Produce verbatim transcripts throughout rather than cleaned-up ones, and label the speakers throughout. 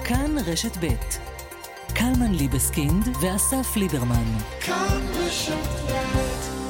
Speaker 1: כאן רשת ב' קלמן ליבסקינד ואסף ליברמן. כאן רשת ב'.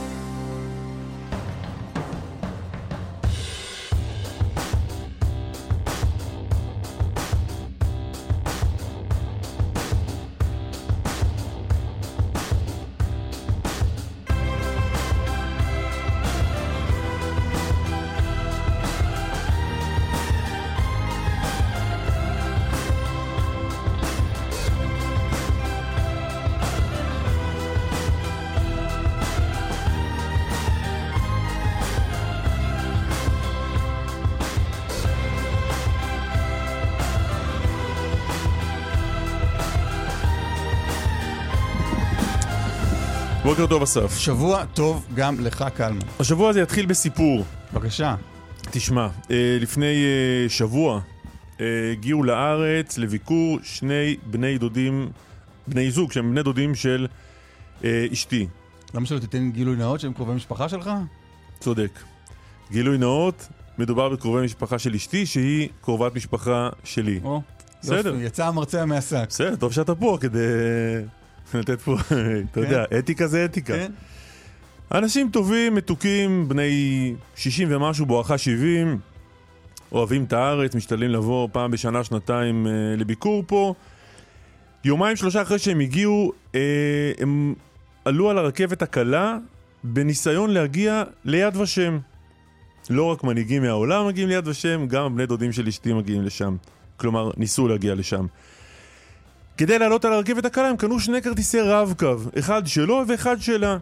Speaker 2: בוקר טוב אסף.
Speaker 3: שבוע טוב גם לך קלמן.
Speaker 2: השבוע הזה יתחיל בסיפור.
Speaker 3: בבקשה.
Speaker 2: תשמע, לפני שבוע הגיעו לארץ לביקור שני בני דודים, בני זוג שהם בני דודים של אשתי.
Speaker 3: למה שלא תיתן גילוי נאות שהם קרובי משפחה שלך?
Speaker 2: צודק. גילוי נאות, מדובר בקרובי משפחה של אשתי שהיא קרובת משפחה שלי.
Speaker 3: או, בסדר. יצא המרצע מהשק.
Speaker 2: בסדר, טוב שאתה פה כדי לתת פה, אתה יודע, אתיקה זה אתיקה. כן. אנשים טובים, מתוקים, בני שישים ומשהו, בואכה שבעים, אוהבים את הארץ, משתדלים לבוא פעם בשנה, שנתיים אה, לביקור פה. יומיים שלושה אחרי שהם הגיעו, אה, הם עלו על הרכבת הקלה בניסיון להגיע ליד ושם. לא רק מנהיגים מהעולם מגיעים ליד ושם, גם בני דודים של אשתי מגיעים לשם. כלומר, ניסו להגיע לשם. כדי לעלות על הרכבת הקלה הם קנו שני כרטיסי רב-קו, אחד שלו ואחד שלה.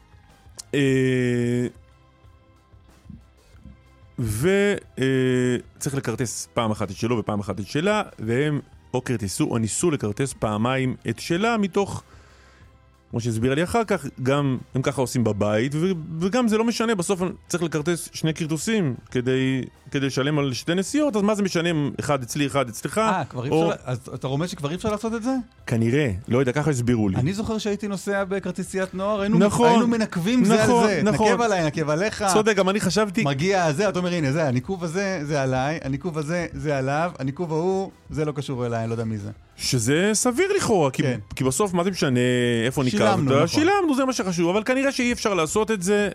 Speaker 2: וצריך לקרטס פעם אחת את שלו ופעם אחת את שלה, והם או קרטסו או ניסו לקרטס פעמיים את שלה מתוך, כמו שהסבירה לי אחר כך, גם הם ככה עושים בבית, וגם זה לא משנה, בסוף צריך לקרטס שני קרטוסים כדי, כדי לשלם על שתי נסיעות, אז מה זה משנה אם אחד אצלי, אחד אצלך?
Speaker 3: אה, כבר או... אפשר, אז אתה רומז שכבר אי אפשר לעשות את זה?
Speaker 2: כנראה, לא יודע, ככה הסבירו לי.
Speaker 3: אני זוכר שהייתי נוסע בכרטיסיית נוער, היינו,
Speaker 2: נכון,
Speaker 3: היינו מנקבים
Speaker 2: נכון,
Speaker 3: זה על זה,
Speaker 2: נכון.
Speaker 3: נקב עליי, נקב עליך.
Speaker 2: צודק, גם אני חשבתי...
Speaker 3: מגיע זה, אתה אומר, הנה, זה, הניקוב הזה, זה עליי, הניקוב הזה, זה עליו, הניקוב ההוא, זה לא קשור אליי, אני לא יודע מי זה. שזה
Speaker 2: סביר לכאורה, כי, כן. כי בסוף מה זה משנה איפה ניקבת? נכון. שילמנו, זה מה שחשוב, אבל כנראה שאי אפשר לעשות את זה,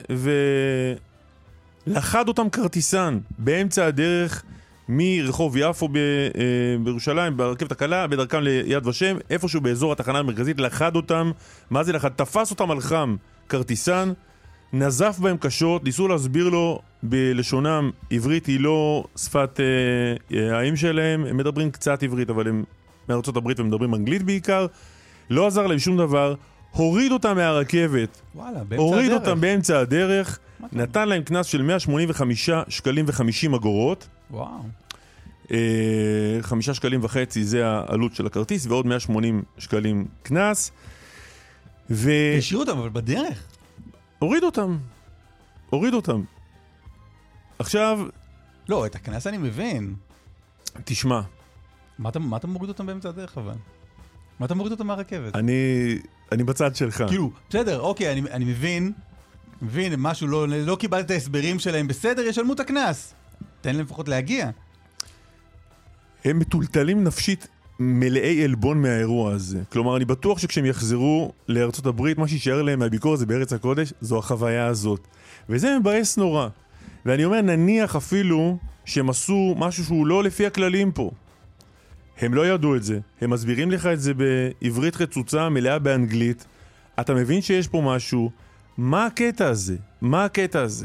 Speaker 2: ולחד אותם כרטיסן באמצע הדרך מרחוב יפו ב, בירושלים, ברכבת הקלה, בדרכם ליד ושם, איפשהו באזור התחנה המרכזית, לחד אותם, מה זה לחד? תפס אותם על חם כרטיסן, נזף בהם קשות, ניסו להסביר לו בלשונם, עברית היא לא שפת אה, האם שלהם, הם מדברים קצת עברית, אבל הם מארצות הברית ומדברים אנגלית בעיקר, לא עזר להם שום דבר, הוריד אותם מהרכבת,
Speaker 3: וואלה, באמצע
Speaker 2: הוריד
Speaker 3: הדרך.
Speaker 2: אותם באמצע הדרך, נתן להם קנס של מאה שמונים וחמישה שקלים וחמישים אגורות,
Speaker 3: וואו.
Speaker 2: אה, חמישה שקלים וחצי זה העלות של הכרטיס, ועוד מאה שמונים שקלים קנס, ו...
Speaker 3: השאירו אותם, אבל בדרך.
Speaker 2: הוריד אותם, הוריד אותם. עכשיו...
Speaker 3: לא, את הכנס אני מבין.
Speaker 2: תשמע.
Speaker 3: מה אתה, מה אתה מוריד אותם באמצע הדרך, אבל? מה אתה מוריד אותם מהרכבת?
Speaker 2: אני, אני בצד שלך.
Speaker 3: כאילו, בסדר, אוקיי, אני, אני מבין, מבין, משהו, לא, לא קיבלת את ההסברים שלהם, בסדר, ישלמו את הכנס. תן להם לפחות להגיע.
Speaker 2: הם מטולטלים נפשית מלאי אלבון מהאירוע הזה. כלומר, אני בטוח שכשהם יחזרו לארצות הברית, מה שישאר להם מהביקור הזה בארץ הקודש, זו החוויה הזאת. וזה מבאס נורא. ואני אומר, נניח אפילו שהם עשו משהו שהוא לא לפי הכללים פה. הם לא ידעו את זה. הם מסבירים לך את זה בעברית חצוצה, מלאה באנגלית. אתה מבין שיש פה משהו. מה הקטע הזה? מה הקטע הזה?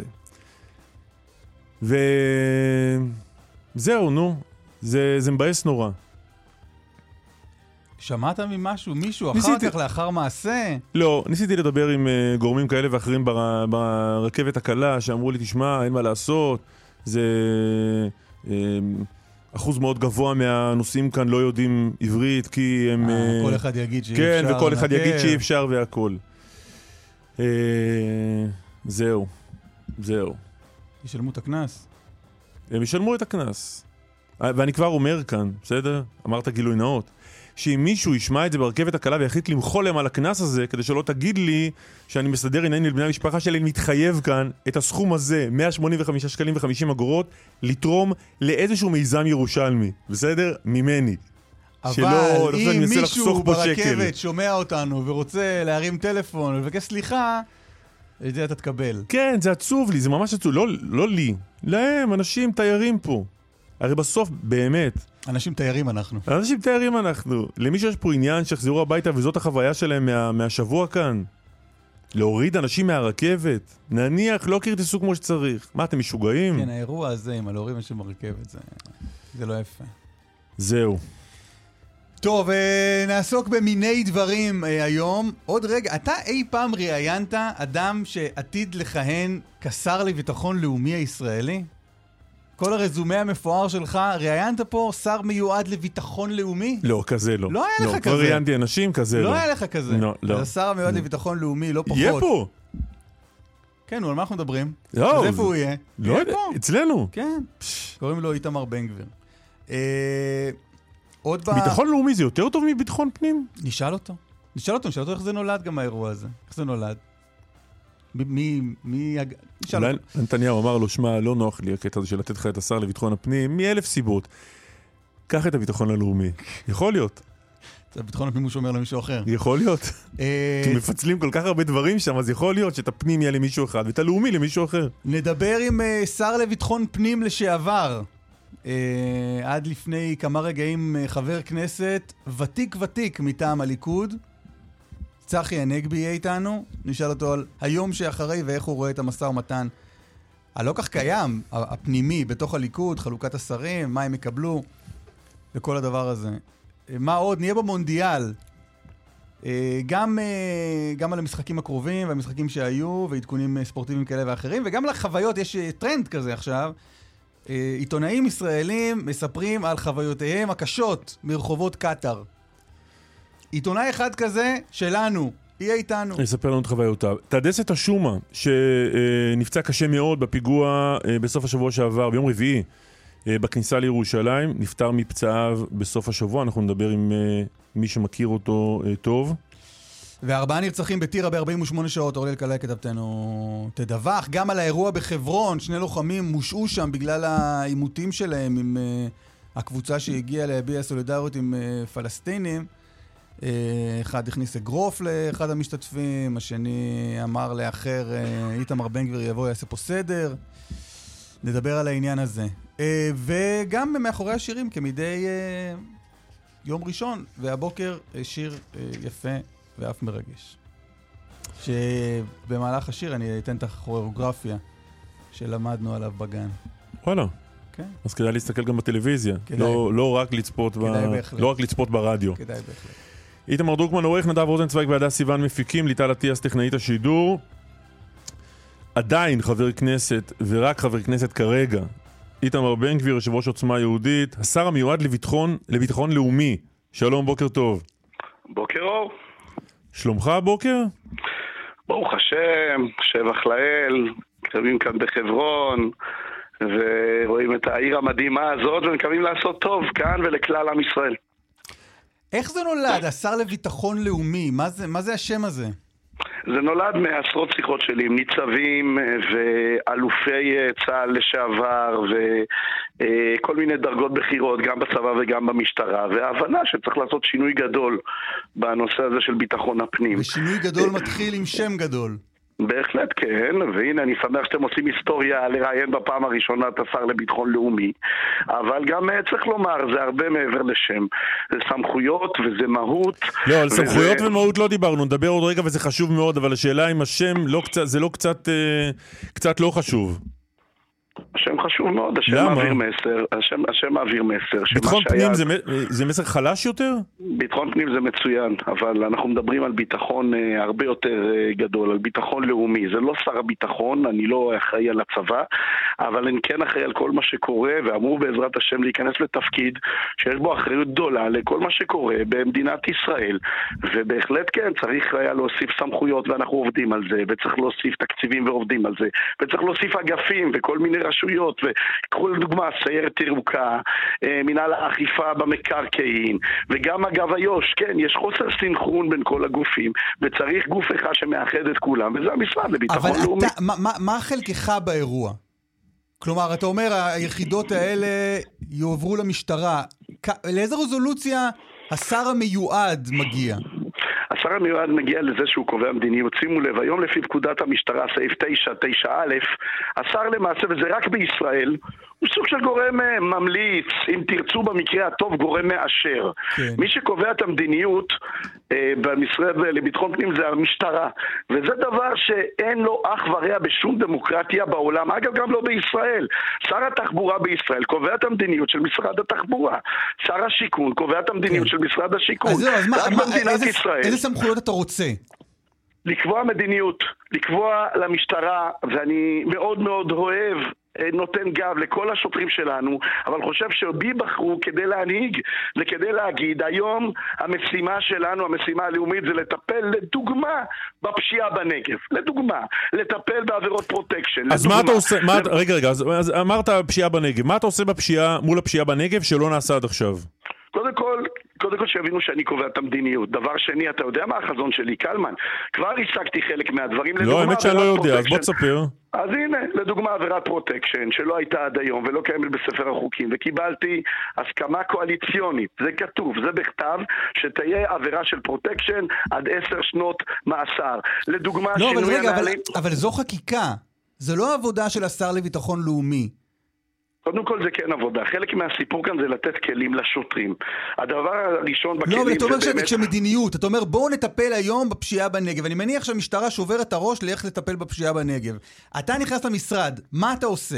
Speaker 2: וזהו, נו. זה, זה מבאס נורא.
Speaker 3: שמעת ממשהו, מישהו,
Speaker 2: ניסיתי...
Speaker 3: אחר כך, לאחר מעשה?
Speaker 2: לא, ניסיתי לדבר עם uh, גורמים כאלה ואחרים בר... ברכבת הקלה, שאמרו לי, תשמע, אין מה לעשות, זה... Uh, אחוז מאוד גבוה מהנוסעים כאן לא יודעים עברית, כי הם...
Speaker 3: אה, כל אחד יגיד שאי
Speaker 2: כן,
Speaker 3: אפשר.
Speaker 2: וכל אחד יגיד שאי אפשר והכל. Uh, זהו, זהו.
Speaker 3: ישלמו את הכנס.
Speaker 2: הם ישלמו את הכנס. ואני כבר אומר כאן, בסדר? אמרת גילוי נאות. שאם מישהו ישמע את זה ברכבת הקלה ויחליט למחול להם על הכנס הזה, כדי שלא תגיד לי שאני מסדר עיניים לבני המשפחה שלי, מתחייב כאן את הסכום הזה, מאה שמונים וחמישה שקלים וחמישים אגורות, לתרום לאיזשהו מיזם ירושלמי. בסדר? ממני.
Speaker 3: אבל אם מישהו ברכבת שומע אותנו ורוצה להרים טלפון ולבקש סליחה, את זה אתה תקבל.
Speaker 2: כן, זה עצוב לי, זה ממש עצוב. לא, לא לי, להם, אנשים תיירים פה. הרי בסוף, באמת.
Speaker 3: אנשים תיירים אנחנו.
Speaker 2: אנשים תיירים אנחנו. למי שיש פה עניין שיחזרו הביתה וזאת החוויה שלהם מה, מהשבוע כאן. להוריד אנשים מהרכבת. נניח, לא קרטסו כמו שצריך. מה, אתם משוגעים?
Speaker 3: כן, האירוע הזה עם הלהוריד אנשים ברכבת, זה, זה לא יפה.
Speaker 2: זהו.
Speaker 3: טוב, נעסוק במיני דברים היום. עוד רגע, אתה אי פעם ראיינת אדם שעתיד לכהן כשר לביטחון לאומי הישראלי? כל הרזומה המפואר שלך, ראיינת פה שר מיועד לביטחון לאומי?
Speaker 2: לא, כזה לא.
Speaker 3: לא היה לך
Speaker 2: לא,
Speaker 3: כזה.
Speaker 2: כבר ראיינתי אנשים, כזה לא.
Speaker 3: לא היה לך כזה.
Speaker 2: לא, לא.
Speaker 3: אז השר המיועד לא. לביטחון לאומי, לא פחות.
Speaker 2: יהיה פה.
Speaker 3: כן, נו, על מה אנחנו מדברים?
Speaker 2: לא.
Speaker 3: אז איפה הוא יהיה?
Speaker 2: לא יודע, אצלנו.
Speaker 3: כן. פש. קוראים לו איתמר בן גביר. אה... עוד ב...
Speaker 2: ביטחון לאומי זה יותר טוב מביטחון פנים?
Speaker 3: נשאל אותו. נשאל אותו, נשאל אותו איך זה נולד גם האירוע הזה. איך זה נולד? מי... מי... נשאל אותו.
Speaker 2: נתניהו אמר לו, שמה, לא נוח לי הקטע הזה של לתת לך את השר לביטחון הפנים, מאלף סיבות. קח את הביטחון הלאומי. יכול להיות.
Speaker 3: זה הביטחון הפנים הוא שומר למישהו אחר.
Speaker 2: יכול להיות. כי מפצלים כל כך הרבה דברים שם, אז יכול להיות שאת הפנים יהיה למישהו אחד, ואת הלאומי למישהו אחר.
Speaker 3: נדבר עם שר לביטחון פנים לשעבר. Uh, עד לפני כמה רגעים uh, חבר כנסת ותיק ותיק מטעם הליכוד, צחי הנגבי יהיה איתנו, נשאל אותו על היום שאחרי ואיך הוא רואה את המשא ומתן הלא כך קיים, הפנימי בתוך הליכוד, חלוקת השרים, מה הם יקבלו וכל הדבר הזה. uh, מה עוד? נהיה במונדיאל, uh, גם, uh, גם על המשחקים הקרובים והמשחקים שהיו ועדכונים uh, ספורטיביים כאלה ואחרים, וגם לחוויות, יש uh, טרנד כזה עכשיו, עיתונאים ישראלים מספרים על חוויותיהם הקשות מרחובות קטר. עיתונאי אחד כזה שלנו, יהיה איתנו.
Speaker 2: יספר לנו את חוויותיו. טדסת השומה, שנפצע קשה מאוד בפיגוע בסוף השבוע שעבר, ביום רביעי, בכניסה לירושלים, נפטר מפצעיו בסוף השבוע. אנחנו נדבר עם מי שמכיר אותו טוב.
Speaker 3: וארבעה נרצחים בטירה ב-ארבעים ושמונה שעות, אורלי אלקלעי כתבתנו תדווח. גם על האירוע בחברון, שני לוחמים מושעו שם בגלל העימותים שלהם עם uh, הקבוצה שהגיעה להביע סולידריות עם uh, פלסטינים. Uh, אחד הכניס אגרוף לאחד המשתתפים, השני אמר לאחר, uh, איתמר בן גביר יבוא יעשה פה סדר. נדבר על העניין הזה. Uh, וגם מאחורי השירים כמדי uh, יום ראשון, והבוקר uh, שיר uh, יפה ואף מרגש. שבמהלך השיר אני אתן את הכוריאוגרפיה שלמדנו עליו בגן.
Speaker 2: וואלה.
Speaker 3: כן.
Speaker 2: אז כדאי להסתכל גם בטלוויזיה. לא, לא רק לצפות ב... לא רק לצפות ברדיו.
Speaker 3: כדאי בהחלט.
Speaker 2: איתמר דרוקמן, עורך, נדב רוזנצוויג והדס סיוון מפיקים, ליטל אטיאס טכנאית השידור. עדיין חבר כנסת, ורק חבר כנסת כרגע, איתמר בן גביר, יושב ראש עוצמה יהודית, השר המיועד לביטחון, לביטחון לאומי. שלום, בוקר טוב.
Speaker 4: בוקר אור.
Speaker 2: שלומך הבוקר?
Speaker 4: ברוך השם, שבח לאל, קרבים כאן בחברון, ורואים את העיר המדהימה הזאת, ומקווים לעשות טוב כאן ולכלל עם ישראל.
Speaker 3: איך זה נולד, השר לביטחון לאומי? מה זה, מה זה השם הזה?
Speaker 4: זה נולד מעשרות שיחות שלי עם ניצבים ואלופי צה"ל לשעבר וכל מיני דרגות בחירות, גם בצבא וגם במשטרה, וההבנה שצריך לעשות שינוי גדול בנושא הזה של ביטחון הפנים.
Speaker 3: ושינוי גדול מתחיל עם שם גדול.
Speaker 4: בהחלט כן, והנה אני שמח שאתם עושים היסטוריה לראיין בפעם הראשונה את השר לביטחון לאומי, אבל גם צריך לומר, זה הרבה מעבר לשם, זה סמכויות וזה מהות.
Speaker 2: לא, על סמכויות וזה... ומהות לא דיברנו, נדבר עוד רגע וזה חשוב מאוד, אבל השאלה אם השם לא קצת, זה לא קצת, אה, קצת לא חשוב.
Speaker 4: השם חשוב מאוד, השם
Speaker 2: למה?
Speaker 4: מעביר מסר, השם, השם מעביר מסר.
Speaker 2: ביטחון פנים זה, זה מסר חלש יותר?
Speaker 4: ביטחון פנים זה מצוין, אבל אנחנו מדברים על ביטחון אה, הרבה יותר אה, גדול, על ביטחון לאומי. זה לא שר הביטחון, אני לא אחראי על הצבא, אבל אני כן אחראי על כל מה שקורה, ואמרו בעזרת השם להיכנס לתפקיד שיש בו אחריות גדולה לכל מה שקורה במדינת ישראל. ובהחלט כן, צריך היה להוסיף סמכויות ואנחנו עובדים על זה, וצריך להוסיף תקציבים ועובדים על זה, וצריך להוסיף אגפים וכל מיני רשויות, וקחו לדוגמה סיירת ירוקה, מנהל האכיפה במקרקעין, וגם אגב איו"ש, כן, יש חוסר סינכרון בין כל הגופים, וצריך גוף אחד שמאחד את כולם, וזה המשרד לביטחון לאומי.
Speaker 3: אבל אתה, מה, מה, מה חלקך באירוע? כלומר, אתה אומר, היחידות האלה יועברו למשטרה. לאיזה רזולוציה השר המיועד מגיע?
Speaker 4: השר המיועד מגיע לזה שהוא קובע מדיניות. שימו לב, היום לפי פקודת המשטרה, סעיף תשע תשע א', השר למעשה, וזה רק בישראל, הוא סוג של גורם ממליץ, אם תרצו במקרה הטוב, גורם מאשר. כן. מי שקובע את המדיניות אה, במשרד לביטחון פנים זה המשטרה, וזה דבר שאין לו אח ורע בשום דמוקרטיה בעולם, אגב גם לא בישראל. שר התחבורה בישראל קובע את המדיניות של משרד התחבורה, שר השיכון קובע את המדיניות כן. של משרד השיכון.
Speaker 3: אז זהו, אז מה, מה, איזה, איזה סמכויות אתה רוצה?
Speaker 4: לקבוע מדיניות, לקבוע למשטרה, ואני מאוד מאוד אוהב, נותן גב לכל השוטרים שלנו, אבל חושב שבי בחרו כדי להנהיג וכדי להגיד, היום המשימה שלנו, המשימה הלאומית, זה לטפל לדוגמה בפשיעה בנגב. לדוגמה, לטפל בעבירות פרוטקשן.
Speaker 2: אז
Speaker 4: לדוגמה,
Speaker 2: מה אתה עושה, מה,
Speaker 4: לד...
Speaker 2: רגע, רגע, אז, אז אמרת פשיעה בנגב, מה אתה עושה בפשיעה, מול הפשיעה בנגב שלא נעשה עד עכשיו?
Speaker 4: קודם כל, קודם כל שיבינו שאני קובע את המדיניות. דבר שני, אתה יודע מה החזון שלי, קלמן? כבר השגתי חלק מהדברים.
Speaker 2: לא, האמת שאני לא יודע, אז בוא תספר.
Speaker 4: אז הנה, לדוגמה עבירת פרוטקשן, שלא הייתה עד היום ולא קיימת בספר החוקים, וקיבלתי הסכמה קואליציונית, זה כתוב, זה בכתב, שתהיה עבירה של פרוטקשן עד עשר שנות מאסר. לדוגמה,
Speaker 3: לא, אבל רגע, אבל,
Speaker 4: הנהלים...
Speaker 3: אבל זו חקיקה. זה לא עבודה של השר לביטחון לאומי.
Speaker 4: קודם כל זה כן עבודה. חלק מהסיפור כאן זה לתת כלים לשוטרים. הדבר הראשון בכלים...
Speaker 3: לא, אבל אתה אומר
Speaker 4: באמת...
Speaker 3: כשמדיניות, אתה אומר בואו נטפל היום בפשיעה בנגב. אני מניח שהמשטרה שובר את הראש לאיך לטפל בפשיעה בנגב. אתה נכנס למשרד, מה אתה עושה?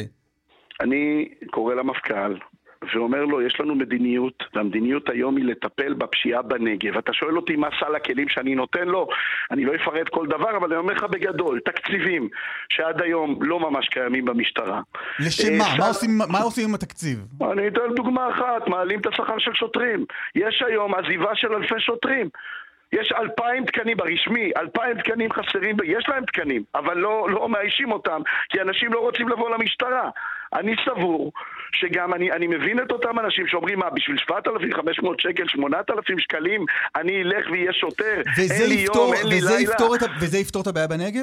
Speaker 4: אני קורא למפכ"ל ואומר לו, יש לנו מדיניות, והמדיניות היום היא לטפל בפשיעה בנגב. אתה שואל אותי מה סל הכלים שאני נותן לו, אני לא אפרט כל דבר, אבל אני אומר לך בגדול, תקציבים שעד היום לא ממש קיימים במשטרה.
Speaker 3: לשם מה? מה עושים, מה עושים עם התקציב?
Speaker 4: אני אתן דוגמה אחת, מעלים את השכר של שוטרים. יש היום עזיבה של אלפי שוטרים. יש אלפיים תקנים ברשמי, אלפיים תקנים חסרים, יש להם תקנים, אבל לא, לא מאיישים אותם, כי אנשים לא רוצים לבוא למשטרה. אני סבור שגם אני, אני מבין את אותם אנשים שאומרים, מה, בשביל שבעת אלפים וחמש מאות שקל, שמונת אלפים שקלים, אני אלך ויהיה שוטר, אין לי יום, אין לי לילה.
Speaker 3: את, וזה יפתור את הבעיה בנגב?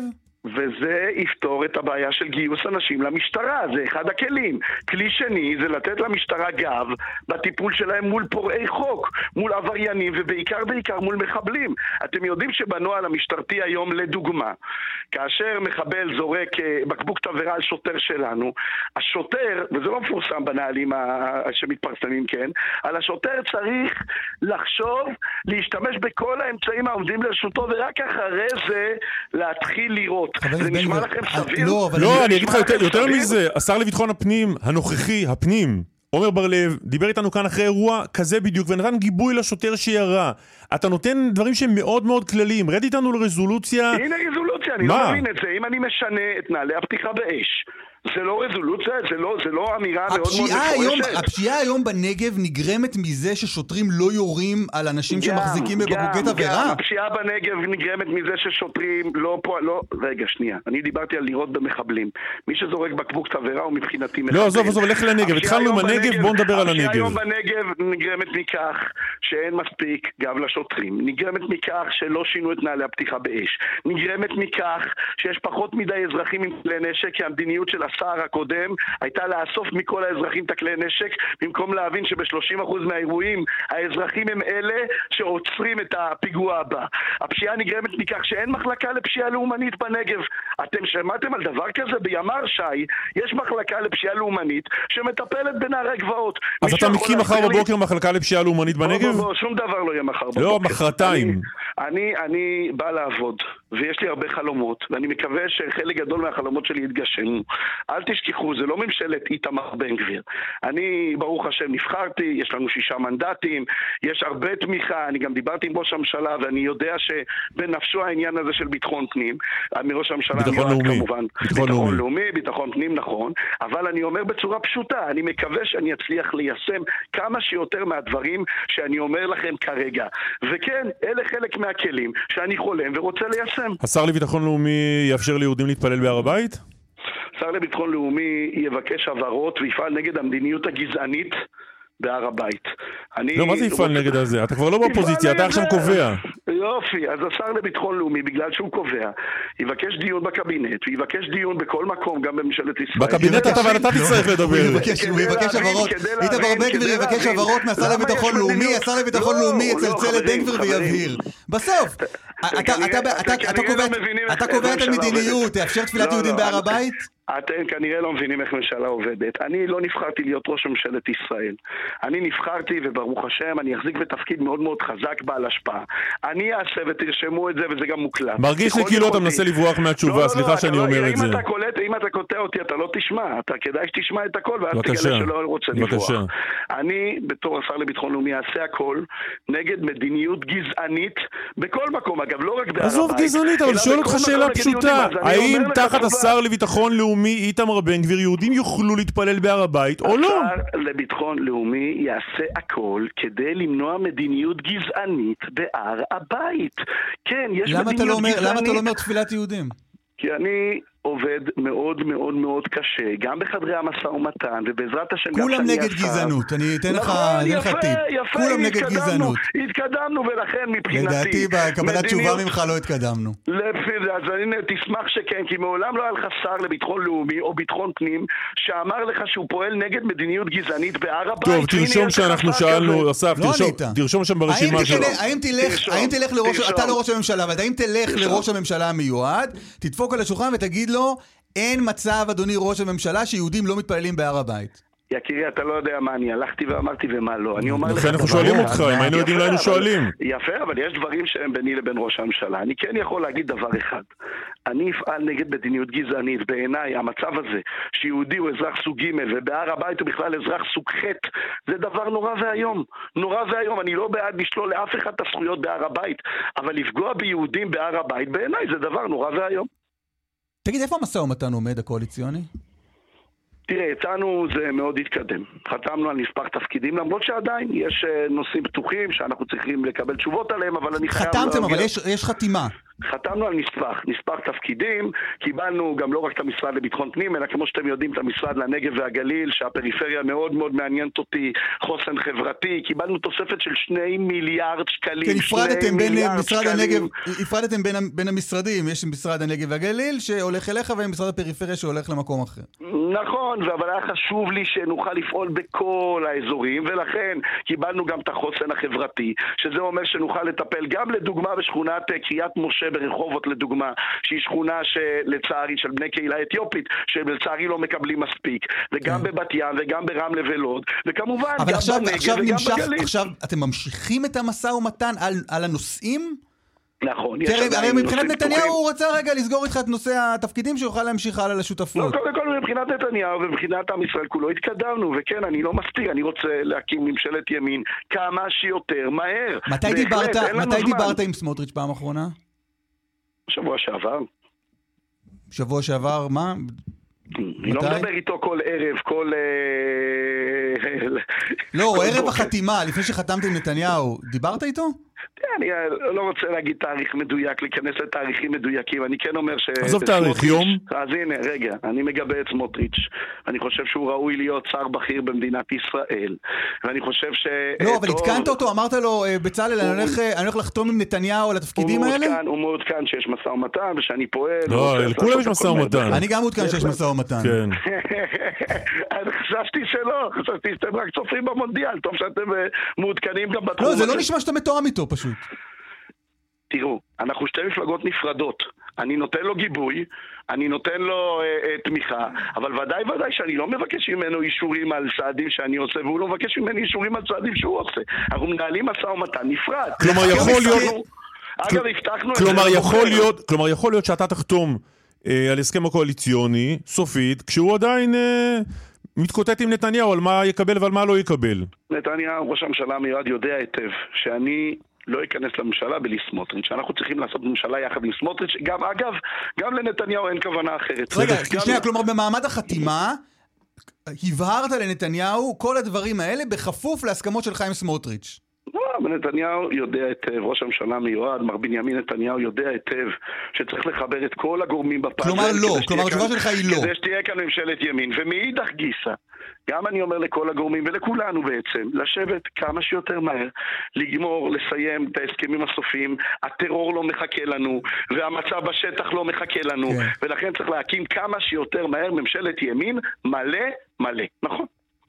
Speaker 4: וזה יפתור את הבעיה של גיוס אנשים למשטרה, זה אחד הכלים. כלי שני זה לתת למשטרה גב בטיפול שלהם מול פורעי חוק, מול עבריינים ובעיקר בעיקר מול מחבלים. אתם יודעים שבנוהל המשטרתי היום לדוגמה, כאשר מחבל זורק בקבוק תבערה על שוטר שלנו, השוטר, וזה לא מפורסם בנהלים שמתפרסמים, כן, על השוטר צריך לחשוב, להשתמש בכל האמצעים העומדים לרשותו, ורק אחרי זה להתחיל לראות. זה נשמע לכם סביר?
Speaker 2: לא, אני אגיד לך יותר מזה, השר לביטחון הפנים הנוכחי, הפנים, עומר בר-לב, דיבר איתנו כאן אחרי אירוע כזה בדיוק, ונתן גיבוי לשוטר שירה. אתה נותן דברים שהם מאוד מאוד כלליים. רד איתנו לרזולוציה.
Speaker 4: הנה רזולוציה, אני לא מבין את זה. אם אני משנה את נעלי הפתיחה באש, זה לא רזולוציה, זה לא, זה לא אמירה מאוד מאוד מפורשת.
Speaker 3: הפשיעה היום בנגב נגרמת מזה ששוטרים לא יורים על אנשים שמחזיקים בבקבוקי תבערה?
Speaker 4: הפשיעה בנגב נגרמת מזה ששוטרים לא פה, לא... רגע, שנייה. אני דיברתי על לירות במחבלים. מי שזורק בקבוק תבערה הוא מבחינתי מחבל.
Speaker 2: לא, עזוב, עזוב, לך לנגב. התחלנו בנגב, בואו נדבר על הנגב.
Speaker 4: הפשיעה היום בנגב נגרמת מכך שאין מספיק גב לשוטרים. נגרמת מכך שלא שינו את נעלי הפתיחה באש. נגרמת מכך שיש פחות מדי אזרחים עם כלי נשק, כי המדיניות של השר הקודם הייתה לאסוף מכל האזרחים את הכלי נשק, במקום להבין שב-שלושים אחוז מהאירועים האזרחים הם אלה שעוצרים את הפיגוע הבא. הפשיעה נגרמת מכך שאין מחלקה לפשיעה לאומנית בנגב. אתם שמעתם על דבר כזה? בימ"ר ש"י יש מחלקה לפשיעה לאומנית שמטפלת בנערי גבעות.
Speaker 2: אז אתה מקים מחר בבוקר מחלקה לפשיעה לאומנית בנגב?
Speaker 4: בוא, בוא, שום דבר לא יהיה מחר בבוקר.
Speaker 2: לא, מחרתיים.
Speaker 4: אני, אני בא לעבוד, ויש לי הרבה חלומות, ואני מקווה שחלק גדול מהחלומות שלי יתגשמו. אל תשכחו, זה לא ממשלת איתמר בן גביר. אני, ברוך השם, נבחרתי, יש לנו שישה מנדטים, יש הרבה תמיכה, אני גם דיברתי עם ראש הממשלה, ואני יודע שבנפשו העניין הזה של ביטחון פנים, מראש הממשלה
Speaker 2: ביטחון לאומי.
Speaker 4: כמובן,
Speaker 2: ביטחון,
Speaker 4: ביטחון
Speaker 2: לאומי.
Speaker 4: לאומי, ביטחון פנים, נכון, אבל אני אומר בצורה פשוטה, אני מקווה שאני אצליח ליישם כמה שיותר מהדברים שאני אומר לכם כרגע. וכן, אלה חלק מהכלים שאני חולם ורוצה ליישם.
Speaker 2: השר לביטחון לאומי יאפשר ליהודים להתפלל בהר הבית?
Speaker 4: שר לביטחון לאומי יבקש הבהרות ויפעל נגד המדיניות הגזענית בהר הבית.
Speaker 2: לא, מה זה יפעל נגד הזה? אתה כבר לא באופוזיציה, אתה עכשיו קובע.
Speaker 4: יופי, אז השר לביטחון לאומי, בגלל שהוא קובע, יבקש דיון בקבינט, ויבקש דיון בכל מקום, גם בממשלת ישראל.
Speaker 2: בקבינט אתה ואתה תצטרך לדבר.
Speaker 3: הוא יבקש עברות, איתמר בן גביר יבקש עברות מהשר לביטחון לאומי, השר לביטחון לאומי יצלצל לבן גביר ויבהיר. בסוף, אתה קובע את המדיניות, תאפשר תפילת יהודים בהר הבית?
Speaker 4: אתם כנראה לא מבינים איך ממשלה עובדת. אני לא נבחרתי להיות ראש ממשלת ישראל. אני נבחרתי, וברוך השם, אני אחזיק בתפקיד מאוד מאוד חזק בעל השפעה. אני אעשה ותרשמו את זה, וזה גם מוקלט.
Speaker 2: מרגיש לי כאילו אתה מנסה לברוח מהתשובה, סליחה שאני אומר את זה.
Speaker 4: אם אתה קוטע אותי, אתה לא תשמע. אתה כדאי שתשמע את הכל, ואז תגלה שלא רוצה לברוח. אני, בתור השר לביטחון לאומי, אעשה הכל נגד מדיניות גזענית, בכל מקום, אגב, לא רק בהר הבית.
Speaker 2: עזוב גזענית, אבל שואל אותך שאלה פשוטה. האם תחת השר לביטחון לאומי איתמר בן גביר יהודים יוכלו להתפלל בהר הבית או לא?
Speaker 4: השר לביטחון לאומי יעשה הכל כדי למנוע מדיניות גזענית בהר הבית. כן, יש מדיניות גזענית.
Speaker 3: למה אתה לא אומר תפילת יהודים?
Speaker 4: כי אני עובד מאוד מאוד מאוד קשה, גם בחדרי המשא ומתן, ובעזרת השם גם
Speaker 3: כולם נגד גזענות, אני אתן לך טיפ. כולם נגד גזענות.
Speaker 4: התקדמנו, ולכן מבחינתי...
Speaker 3: לדעתי, בקבלת תשובה ממך לא התקדמנו.
Speaker 4: אז אני תשמח שכן, כי מעולם לא היה לך שר לביטחון לאומי או ביטחון פנים, שאמר לך שהוא פועל נגד מדיניות גזענית בהר הבית.
Speaker 2: טוב, תרשום שאנחנו שאלנו, אסף, תרשום שם ברשימה שלו.
Speaker 3: האם תלך לראש, אתה לא ראש הממשלה, אבל האם תלך לראש הממשלה המיועד, תדפוק על השולחן ותגיד לו, אין מצב, אדוני ראש הממשלה, שיהודים לא מתפללים בהר הבית.
Speaker 4: יקירי, אתה לא יודע מה אני הלכתי ואמרתי ומה לא.
Speaker 2: לכן אנחנו שואלים אותך, אם היינו יודעים לא היינו שואלים.
Speaker 4: יפה, אבל יש דברים שהם ביני לבין ראש הממשלה. אני כן יכול להגיד דבר אחד. אני אפעל נגד מדיניות גזענית. בעיניי, המצב הזה, שיהודי הוא אזרח סוג ג' ובהר הבית הוא בכלל אזרח סוג ח', זה דבר נורא והיום. נורא והיום. אני לא בעד לשלול לאף אחד את הזכויות בהר הבית, אבל לפגוע ביהודים בהר הבית, בעיניי זה דבר נורא והיום.
Speaker 3: תגיד, איפה המשא ומתן עומד הקואליציוני?
Speaker 4: תראה, אצלנו זה מאוד התקדם. חתמנו על נספח תפקידים, למרות שעדיין יש נושאים פתוחים שאנחנו צריכים לקבל תשובות עליהם, אבל אני חייב...
Speaker 3: חתמתם, אבל יש, יש חתימה.
Speaker 4: חתמנו על נספח, נספח תפקידים, קיבלנו גם לא רק את המשרד לביטחון פנים, אלא כמו שאתם יודעים את המשרד לנגב והגליל, שהפריפריה מאוד מאוד מעניינת אותי, חוסן חברתי, קיבלנו תוספת של שני מיליארד שקלים.
Speaker 3: כן, הפרדתם בין משרד הנגב, הפרדתם בין, בין המשרדים, יש משרד הנגב והגליל שהולך אליך, ומשרד הפריפריה שהולך למקום אחר.
Speaker 4: נכון, אבל היה חשוב לי שנוכל לפעול בכל האזורים, ולכן קיבלנו גם את החוסן החברתי, שזה אומר שנוכל לטפל גם לדוגמה בשכונת קריית משה ברחובות לדוגמה, שהיא שכונה שלצערי של בני קהילה אתיופית, שלצערי לא מקבלים מספיק, וגם בבת ים וגם ברמלה ולוד, וכמובן
Speaker 3: אבל עכשיו, עכשיו נמשך, עכשיו אתם ממשיכים את המשא ומתן על, על הנושאים?
Speaker 4: נכון.
Speaker 3: הרי מבחינת נתניהו הוא רצה רגע לסגור איתך את נושא התפקידים שיוכל להמשיך הלאה לשותפות.
Speaker 4: לא, קודם כל מבחינת נתניהו ומבחינת עם ישראל כולו התקדמנו, וכן, אני לא מסתיר, אני רוצה להקים ממשלת ימין כמה שיותר מהר.
Speaker 3: מתי דיברת, מתי דיברת עם סמוטריץ' פעם אחרונה?
Speaker 4: שבוע שעבר.
Speaker 3: שבוע שעבר, מה?
Speaker 4: אני לא מדבר איתו כל ערב, כל...
Speaker 3: לא, ערב החתימה, לפני שחתמתם עם נתניהו, דיברת איתו?
Speaker 4: אני לא רוצה להגיד תאריך מדויק, להיכנס לתאריכים מדויקים, אני כן אומר ש...
Speaker 2: עזוב תאריך, יום?
Speaker 4: אז הנה, רגע, אני מגבה את סמוטריץ', אני חושב שהוא ראוי להיות שר בכיר במדינת ישראל, ואני חושב ש...
Speaker 3: לא, אבל התקנת אותו, אמרת לו, בצלאל, אני הולך לחתום עם נתניהו על התפקידים האלה?
Speaker 4: הוא מעודכן שיש משא ומתן, ושאני פועל...
Speaker 2: לא, לכולם יש משא ומתן.
Speaker 3: אני גם מעודכן שיש משא ומתן.
Speaker 2: כן.
Speaker 4: אני חשבתי שלא, חשבתי שאתם רק צופים במונדיאל, טוב שאתם מעודכנים גם בתחום.
Speaker 3: לא, זה לא נשמע שאתה מתואם איתו פשוט.
Speaker 4: תראו, אנחנו שתי מפלגות נפרדות. אני נותן לו גיבוי, אני נותן לו אה, אה, תמיכה, אבל ודאי ודאי שאני לא מבקש ממנו אישורים על צעדים שאני עושה, והוא לא מבקש ממני אישורים על צעדים שהוא עושה. אנחנו מנהלים משא ומתן נפרד.
Speaker 2: כלומר, יכול להיות...
Speaker 4: אגב, הבטחנו...
Speaker 2: כלומר, יכול להיות, כלומר, יכול להיות שאתה תחתום אה, על הסכם הקואליציוני, סופית, כשהוא עדיין... אה... מתקוטט עם נתניהו על מה יקבל ועל מה לא יקבל.
Speaker 4: נתניהו, ראש הממשלה המיועד, יודע היטב שאני לא אכנס לממשלה בלי סמוטריץ'. אנחנו צריכים לעשות ממשלה יחד עם סמוטריץ'. גם, אגב, גם לנתניהו אין כוונה אחרת.
Speaker 3: רגע, שנייה, כלומר, במעמד החתימה, הבהרת לנתניהו כל הדברים האלה בכפוף להסכמות שלך עם סמוטריץ'.
Speaker 4: לא, נתניהו יודע היטב, ראש הממשלה מיועד, מר בנימין נתניהו יודע היטב שצריך לחבר את כל הגורמים בפאזל.
Speaker 3: כלומר לא, כלומר התשובה שלך היא לא.
Speaker 4: כדי שתהיה כאן ממשלת ימין, ומאידך גיסא, גם אני אומר לכל הגורמים ולכולנו בעצם, לשבת כמה שיותר מהר, לגמור, לסיים את ההסכמים הסופיים, הטרור לא מחכה לנו, והמצב בשטח לא מחכה לנו, כן. ולכן צריך להקים כמה שיותר מהר ממשלת ימין מלא מלא, נכון?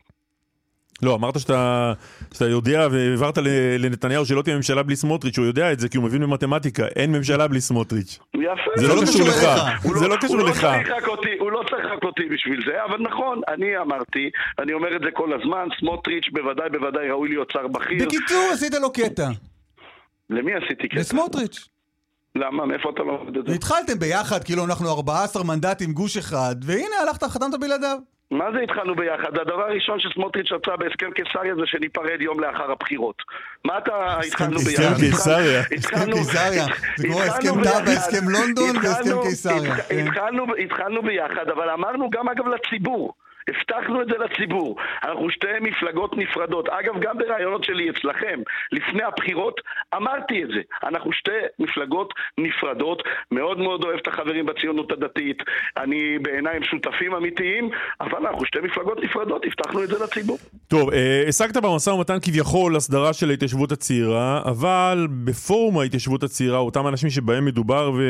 Speaker 2: לא, אמרת שאתה, שאתה יודע והעברת לנתניהו שלא תהיה ממשלה בלי סמוטריץ', הוא יודע את זה כי הוא מבין במתמטיקה, אין ממשלה בלי סמוטריץ'.
Speaker 4: יפה.
Speaker 2: זה לא קשור לך, זה לא קשור לך.
Speaker 4: הוא לא צריך רק אותי בשביל זה, אבל נכון, אני אמרתי, אני אומר את זה כל הזמן, סמוטריץ' בוודאי בוודאי ראוי להיות שר בכיר.
Speaker 3: בקיצור, עשית לו קטע.
Speaker 4: למי עשיתי קטע?
Speaker 3: לסמוטריץ'.
Speaker 4: למה? מאיפה אתה לא עובד את זה?
Speaker 3: התחלתם ביחד, כאילו אנחנו ארבעה עשר מנדטים גוש אחד, והנה הלכת, חתמת בלעדיו.
Speaker 4: מה זה התחלנו ביחד? הדבר הראשון שסמוטריץ' רצה בהסכם קיסריה זה שניפרד יום לאחר הבחירות. מה אתה התחלנו ביחד?
Speaker 2: הסכם קיסריה.
Speaker 3: הסכם קיסריה. זה כמו הסכם טאבה, הסכם לונדון והסכם קיסריה.
Speaker 4: התחלנו ביחד, אבל אמרנו גם אגב לציבור. הבטחנו את זה לציבור. אנחנו שתי מפלגות נפרדות. אגב, גם ברעיונות שלי אצלכם, לפני הבחירות, אמרתי את זה. אנחנו שתי מפלגות נפרדות. מאוד מאוד אוהב את החברים בציונות הדתית. אני בעיניים שותפים אמיתיים, אבל אנחנו שתי מפלגות נפרדות. הבטחנו את זה לציבור.
Speaker 2: טוב, השגת במשא ומתן כביכול הסדרה של ההתיישבות הצעירה, אבל בפורום ההתיישבות הצעירה, אותם אנשים שבהם מדובר ו...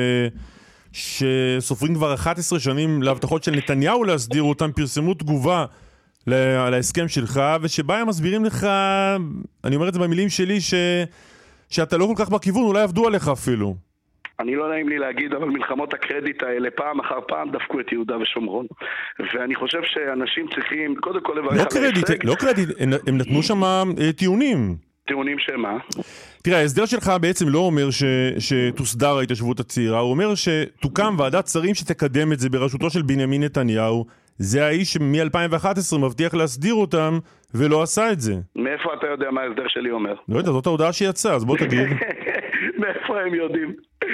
Speaker 2: שסופרים כבר אחת עשרה שנים להבטחות של נתניהו להסדיר אותם, פרסמו תגובה על ההסכם שלך, ושבה הם מסבירים לך, אני אומר את זה במילים שלי, ש... שאתה לא כל כך בכיוון, אולי עבדו עליך אפילו.
Speaker 4: אני לא נעים לי להגיד, אבל מלחמות הקרדיט האלה פעם אחר פעם דפקו את יהודה ושומרון. ואני חושב שאנשים צריכים, קודם כל לברך...
Speaker 2: לא קרדיט, לא קרדיט, הם נתנו שם טיעונים.
Speaker 4: טיעונים שמה?
Speaker 2: תראה, ההסדר שלך בעצם לא אומר ש, שתוסדר ההתיישבות הצעירה, הוא אומר שתוקם ועדת שרים שתקדם את זה בראשותו של בנימין נתניהו. זה האיש שמ-אלפיים ואחת עשרה מבטיח להסדיר אותם ולא עשה את זה.
Speaker 4: מאיפה אתה יודע מה ההסדר שלי אומר?
Speaker 2: לא יודע, זאת ההודעה שיצאה, אז בוא תגיד.
Speaker 4: מאיפה הם יודעים?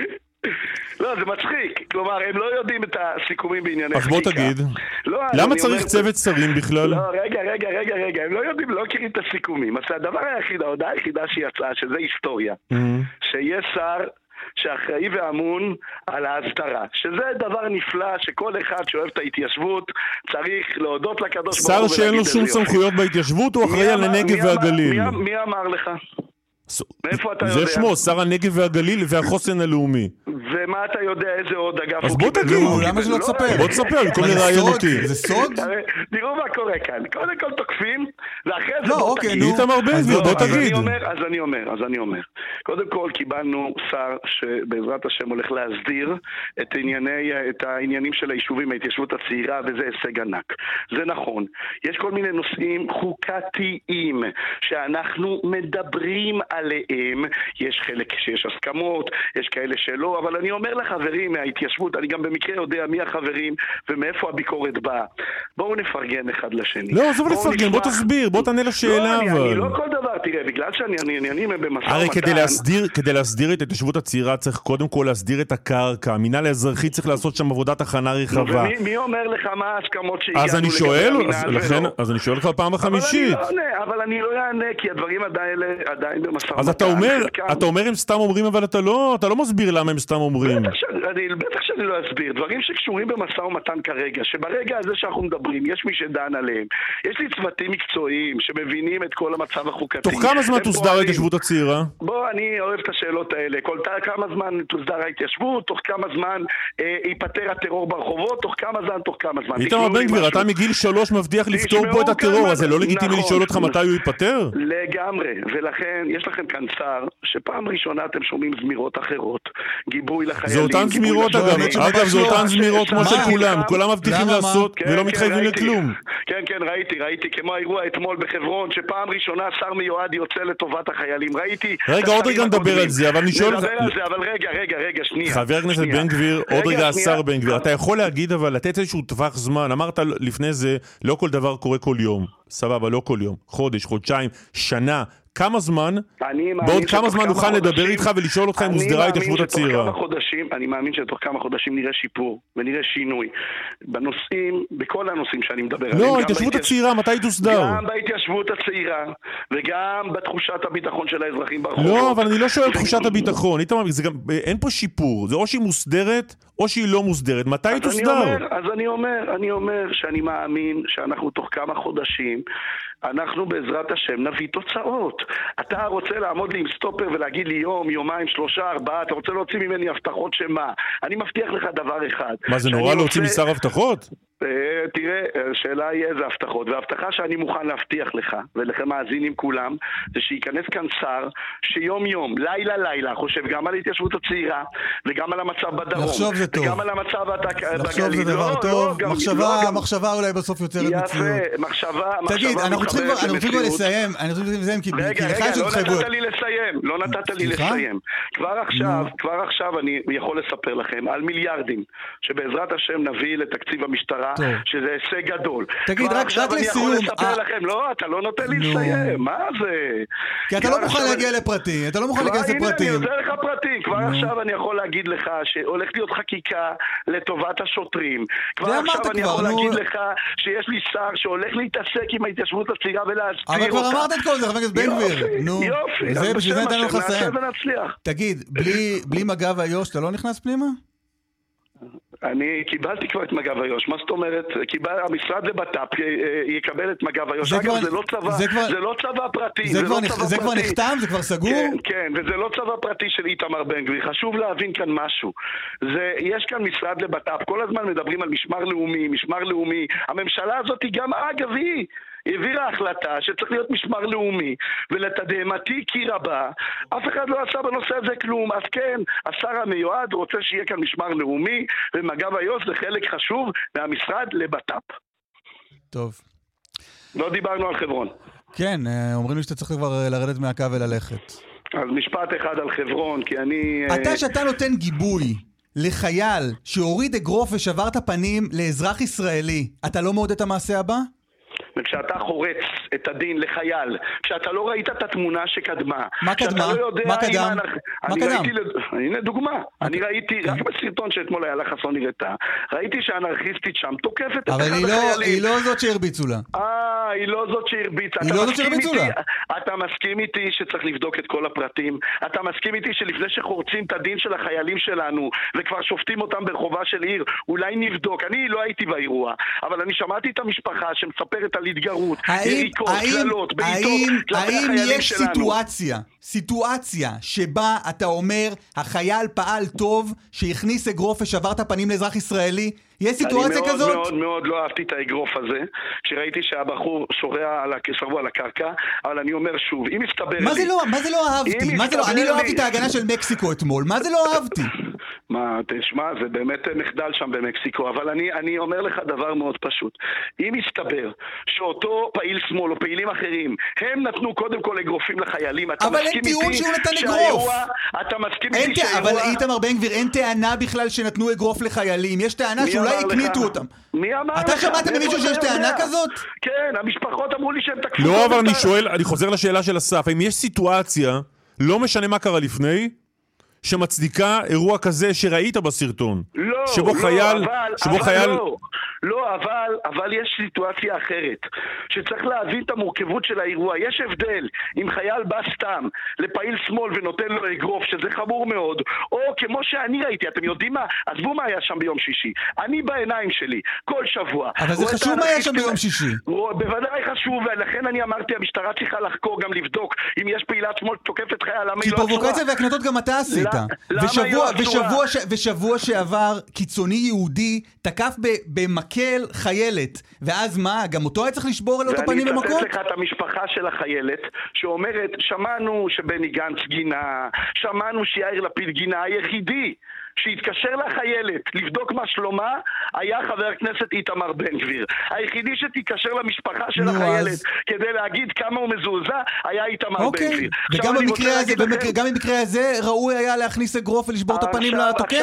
Speaker 4: לא, זה מצחיק. כלומר, הם לא יודעים את הסיכומים בענייני חקיקה.
Speaker 2: אז בוא תגיד. למה צריך צוות שרים בכלל?
Speaker 4: לא, רגע, רגע, רגע, רגע. הם לא יודעים, לא מכירים את הסיכומים. אז הדבר היחיד, ההודעה היחידה שיצאה, שזה היסטוריה. שיש שר שאחראי ואמון על ההסתרה. שזה דבר נפלא שכל אחד שאוהב את ההתיישבות צריך להודות לקדוש ברוך הוא.
Speaker 2: שר שאין לו שום סמכויות בהתיישבות, הוא אחראי על הנגב והגליל.
Speaker 4: מי אמר לך? מאיפה אתה יודע?
Speaker 2: זה שמו, שר הנגב והגליל והחוסן הלאומי.
Speaker 4: ומה אתה יודע איזה עוד אגף?
Speaker 2: אז בוא תגיד,
Speaker 3: למה שלא תספר?
Speaker 2: בוא תספר, כל מיני רעיון אותי.
Speaker 3: זה סוד?
Speaker 4: תראו מה קורה כאן. קודם כל תוקפים, ואחרי זה
Speaker 3: לא,
Speaker 4: בוא
Speaker 3: אוקיי,
Speaker 4: תגיד.
Speaker 3: נו.
Speaker 2: איתמר בן גביר, בוא תגיד.
Speaker 4: אז אני אומר, אז אני אומר. קודם כל קיבלנו שר שבעזרת השם הולך להסדיר את הענייני, את העניינים של היישובים, ההתיישבות הצעירה, וזה הישג ענק. זה נכון. יש כל מיני נושאים חוקתיים שאנחנו מדברים עליהם. יש חלק שיש הסכמות, יש כאלה שלא, אבל אני אומר לחברים מההתיישבות, אני גם במקרה יודע מי החברים ומאיפה הביקורת באה. בואו נפרגן אחד לשני.
Speaker 2: לא, עזוב לפרגן, בוא תסביר, בוא תענה לשאלה.
Speaker 4: לא, אני לא כל דבר, תראה, בגלל שאני עניינים במשא
Speaker 2: הרי
Speaker 4: ומתן.
Speaker 2: כדי להסדיר, כדי להסדיר את ההתיישבות הצעירה צריך קודם כל להסדיר את הקרקע. המינהל האזרחי צריך לעשות שם עבודת הכנה רחבה.
Speaker 4: מי אומר לך מה ההסכמות שהגענו
Speaker 2: אז אני שואל, אז אני שואל לך פעם החמישית.
Speaker 4: אבל אני לא אענה, כי הדברים עדיין במשא ומתן.
Speaker 2: אז אתה אומר, אתה אומר הם סתם אומרים, אבל אתה לא, אתה לא מסביר למה הם סתם אומרים.
Speaker 4: בטח שאני לא אסביר. דברים שקשורים במשא ומתן כרגע, שברגע הזה שאנחנו מדברים, יש מי שדן עליהם. יש לי צוותים מקצועיים שמבינים את כל המצב החוקתי.
Speaker 2: תוך כמה זמן תוסדר ההתיישבות הצעירה?
Speaker 4: בוא, אני אוהב את השאלות האלה. כל כמה זמן תוסדר ההתיישבות, תוך כמה זמן ייפטר הטרור ברחובות, תוך כמה זמן, תוך כמה זמן.
Speaker 2: איתמר בן גביר, אתה מגיל שלוש מבטיח לפתור פה את הטרור, אז זה לא לגיטימי לשאול אותך מתי הוא ייפטר?
Speaker 4: לגמרי, ולכן יש לכם כאן שר שפעם ראשונה אתם שומעים זמירות אחרות, גיבוי לחיילים.
Speaker 2: זה אותן זמירות אגב, אגב זה אותן זמירות כמו של כולם, כולם מבטיחים לעשות ולא מתחייבים לכלום.
Speaker 4: כן, כן, ראיתי, ראיתי, כמו האירוע אתמול בחברון, שפעם ראשונה שר מיועד יוצא לטובת החיילים, ראיתי.
Speaker 2: רגע, עוד רגע נדבר על זה, אבל אני שואל...
Speaker 4: נדבר על זה, אבל רגע, רגע, רגע, שנייה.
Speaker 2: חבר הכנסת בן גביר, עוד רגע השר בן גביר, אתה יכול להגיד אבל לתת איזשהו טווח זמן, אמרת לפני זה, לא כל דבר קורה כל יום, סבבה, לא כל יום, חודש, חודשיים, שנה, כמה זמן, בעוד כמה זמן נוכל לדבר איתך ולשאול אותך אם הוסדרה ההתיישבות הצעירה.
Speaker 4: אני מאמין שתוך כמה חודשים נראה שיפור ונראה שינוי בנושאים, בכל הנושאים שאני מדבר עליהם.
Speaker 2: לא, ההתיישבות הצעירה, מתי תוסדר?
Speaker 4: גם בהתיישבות הצעירה וגם בתחושת הביטחון של האזרחים ברחובות.
Speaker 2: לא, אבל אני לא שואל תחושת הביטחון. אין פה שיפור, זה או שהיא מוסדרת או שהיא לא מוסדרת. מתי היא תוסדר?
Speaker 4: אז אני אומר, אני אומר שאני מאמין שאנחנו תוך כמה חודשים אנחנו בעזרת השם נביא תוצאות. אתה רוצה לעמוד לי עם סטופר ולהגיד לי יום, יומיים, שלושה, ארבעה, אתה רוצה להוציא ממני הבטחות שמה? אני מבטיח לך דבר אחד.
Speaker 2: מה, זה נורא להוציא משר הבטחות?
Speaker 4: תראה, השאלה היא איזה הבטחות, וההבטחה שאני מוכן להבטיח לך ולכם מאזינים כולם, זה שיכנס כאן שר שיום יום, לילה לילה, חושב גם על ההתיישבות הצעירה וגם על המצב בדרום.
Speaker 3: לחשוב זה טוב.
Speaker 4: וגם על המצב בגליל.
Speaker 3: לחשוב זה דבר טוב, מחשבה אולי בסוף יוצרת מציאות.
Speaker 4: יפה, מחשבה,
Speaker 3: תגיד, אנחנו צריכים כבר לסיים, אני רוצה לסיים, כי לך יש עוד התחייבויות.
Speaker 4: לא נתת לי לסיים, לא נתת לי לסיים. כבר עכשיו, כבר עכשיו אני יכול לספר לכם על מיליארדים שבעזרת השם נביא לתקציב המשטרה, שזה הישג גדול.
Speaker 3: תגיד, רק לסיום.
Speaker 4: אני יכול לספר לכם, לא, אתה לא נותן לי לסיים, מה זה?
Speaker 3: כי אתה לא מוכן להגיע לפרטי, אתה לא מוכן להגיע לפרטים.
Speaker 4: הנה, אני עוזר לך פרטים. כבר עכשיו אני יכול להגיד לך שהולך להיות חקיקה לטובת השוטרים. כבר עכשיו אני יכול להגיד לך שיש לי שר שהולך להתעסק עם ההתיישבות הצעירה ולהסביר אותה.
Speaker 3: אבל כבר אמרת את כל זה, חבר הכנסת בן גביר. נו,
Speaker 4: יופי.
Speaker 3: זה בשביל זה נתנו לך לסיים.
Speaker 4: ונצליח.
Speaker 3: תגיד, בלי מג"ב איו"ש אתה לא נכנס פנימה?
Speaker 4: אני קיבלתי כבר את מג"ב איו"ש, מה זאת אומרת? המשרד לבט"פ יקבל את מג"ב איו"ש. אגב, זה לא צבא, זה לא צבא פרטי.
Speaker 3: זה כבר נחתם? זה כבר סגור?
Speaker 4: כן, כן, וזה לא צבא פרטי של איתמר בן גביר. חשוב להבין כאן משהו. יש כאן משרד לבט"פ, כל הזמן מדברים על משמר לאומי, משמר לאומי. הממשלה הזאת היא גם, אגב, היא העבירה החלטה שצריך להיות משמר לאומי, ולתדהמתי כי רבה, אף אחד לא עשה בנושא הזה כלום. אז כן, השר המיועד רוצה שיהיה כאן משמר לאומי, ומג"ב איו"ש זה חלק חשוב מהמשרד לבט"פ.
Speaker 3: טוב.
Speaker 4: לא דיברנו על חברון.
Speaker 3: כן, אומרים לי שאתה צריך כבר לרדת מהקו וללכת.
Speaker 4: אז משפט אחד על חברון, כי אני...
Speaker 3: אתה שאתה נותן גיבוי לחייל שהוריד אגרוף ושבר את הפנים לאזרח ישראלי, אתה לא מעודד את המעשה הבא?
Speaker 4: וכשאתה חורץ את הדין לחייל, כשאתה לא ראית את התמונה שקדמה,
Speaker 3: מה קדמה? מה קדם? מה קדם?
Speaker 4: הנה דוגמה, אני ראיתי, רק בסרטון שאתמול היה לחסון נראתה, ראיתי שהאנרכיסטית שם תוקפת את אחד החיילים.
Speaker 3: אבל היא לא זאת שהרביצו לה.
Speaker 4: אה, היא לא זאת שהרביצה.
Speaker 3: היא לא זאת שהרביצו לה.
Speaker 4: אתה מסכים איתי שצריך לבדוק את כל הפרטים? אתה מסכים איתי שלפני שחורצים את הדין של החיילים שלנו, וכבר שופטים אותם ברחובה של עיר, אולי נבדוק? אני לא הייתי באירוע, אבל אני שמעתי את המשפחה שמספרת על התגרות, יריקות, כללות, בעיטות,
Speaker 3: האם יש סיטואציה, סיטואציה שבה אתה אומר, החייל פעל טוב שהכניס אגרוף ושבר את הפנים לאזרח ישראלי? יש סיטואציה כזאת?
Speaker 4: אני מאוד מאוד מאוד לא אהבתי את האגרוף הזה, כשראיתי שהבחור שורע על הקרקע, אבל אני אומר שוב, אם מסתבר לי...
Speaker 3: מה זה לא, מה זה לא אהבתי? מה זה לא, אני לא אהבתי את ההגנה של מקסיקו אתמול, מה זה לא אהבתי?
Speaker 4: מה, תשמע, זה באמת מחדל שם במקסיקו, אבל אני, אני אומר לך דבר מאוד פשוט. אם מסתבר שאותו פעיל שמאל או פעילים אחרים, הם נתנו קודם כל אגרופים לחיילים, אתה
Speaker 3: אבל
Speaker 4: מסכים
Speaker 3: אין טיעון שהוא נתן אגרוף.
Speaker 4: אתה מסכים איתי שהאירוע...
Speaker 3: אבל איתמר בן גביר, אין טענה בכלל שנתנו אגרוף לחיילים, יש טענה שאולי הקניטו אותם.
Speaker 4: מי אמר לך?
Speaker 3: אתה שמעת ממישהו שיש טענה כזאת?
Speaker 4: כן, המשפחות אמרו לי שהם תקפו...
Speaker 2: לא, אבל אני שואל, אני חוזר לשאלה של אסף, האם יש סיטואציה, לא משנה מה קרה לפני, שמצדיקה אירוע כזה שראית בסרטון?
Speaker 4: לא,
Speaker 2: שבו
Speaker 4: לא,
Speaker 2: חייל,
Speaker 4: אבל,
Speaker 2: שבו
Speaker 4: אבל
Speaker 2: חייל...
Speaker 4: לא. לא, אבל, אבל יש סיטואציה אחרת, שצריך להבין את המורכבות של האירוע. יש הבדל אם חייל בא סתם לפעיל שמאל ונותן לו אגרוף, שזה חמור מאוד, או כמו שאני ראיתי, אתם יודעים מה? עזבו מה היה שם ביום שישי. אני בעיניים שלי, כל שבוע.
Speaker 3: אבל זה חשוב מה היה שם ביום שישי.
Speaker 4: בוודאי חשוב, ולכן אני אמרתי, המשטרה צריכה לחקור, גם לבדוק, אם יש פעילת שמאל תוקפת חייל, למה היא לא אסורה?
Speaker 3: כי פרובוקציה והקנטות גם אתה עשית. ושבוע שעבר קיצוני יהודי תקף במקום מקל חיילת, ואז מה? גם אותו היה צריך לשבור על אותו פנים במקום?
Speaker 4: ואני אצטט לך את המשפחה של החיילת, שאומרת, שמענו שבני גנץ גינה, שמענו שיאיר לפיד גינה, היחידי שהתקשר לחיילת לבדוק מה שלומה, היה חבר הכנסת איתמר בן גביר. היחידי שתתקשר למשפחה של החיילת כדי להגיד כמה הוא מזועזע, היה איתמר בן גביר.
Speaker 3: וגם במקרה הזה ראוי היה להכניס אגרוף ולשבור את הפנים לתוקף?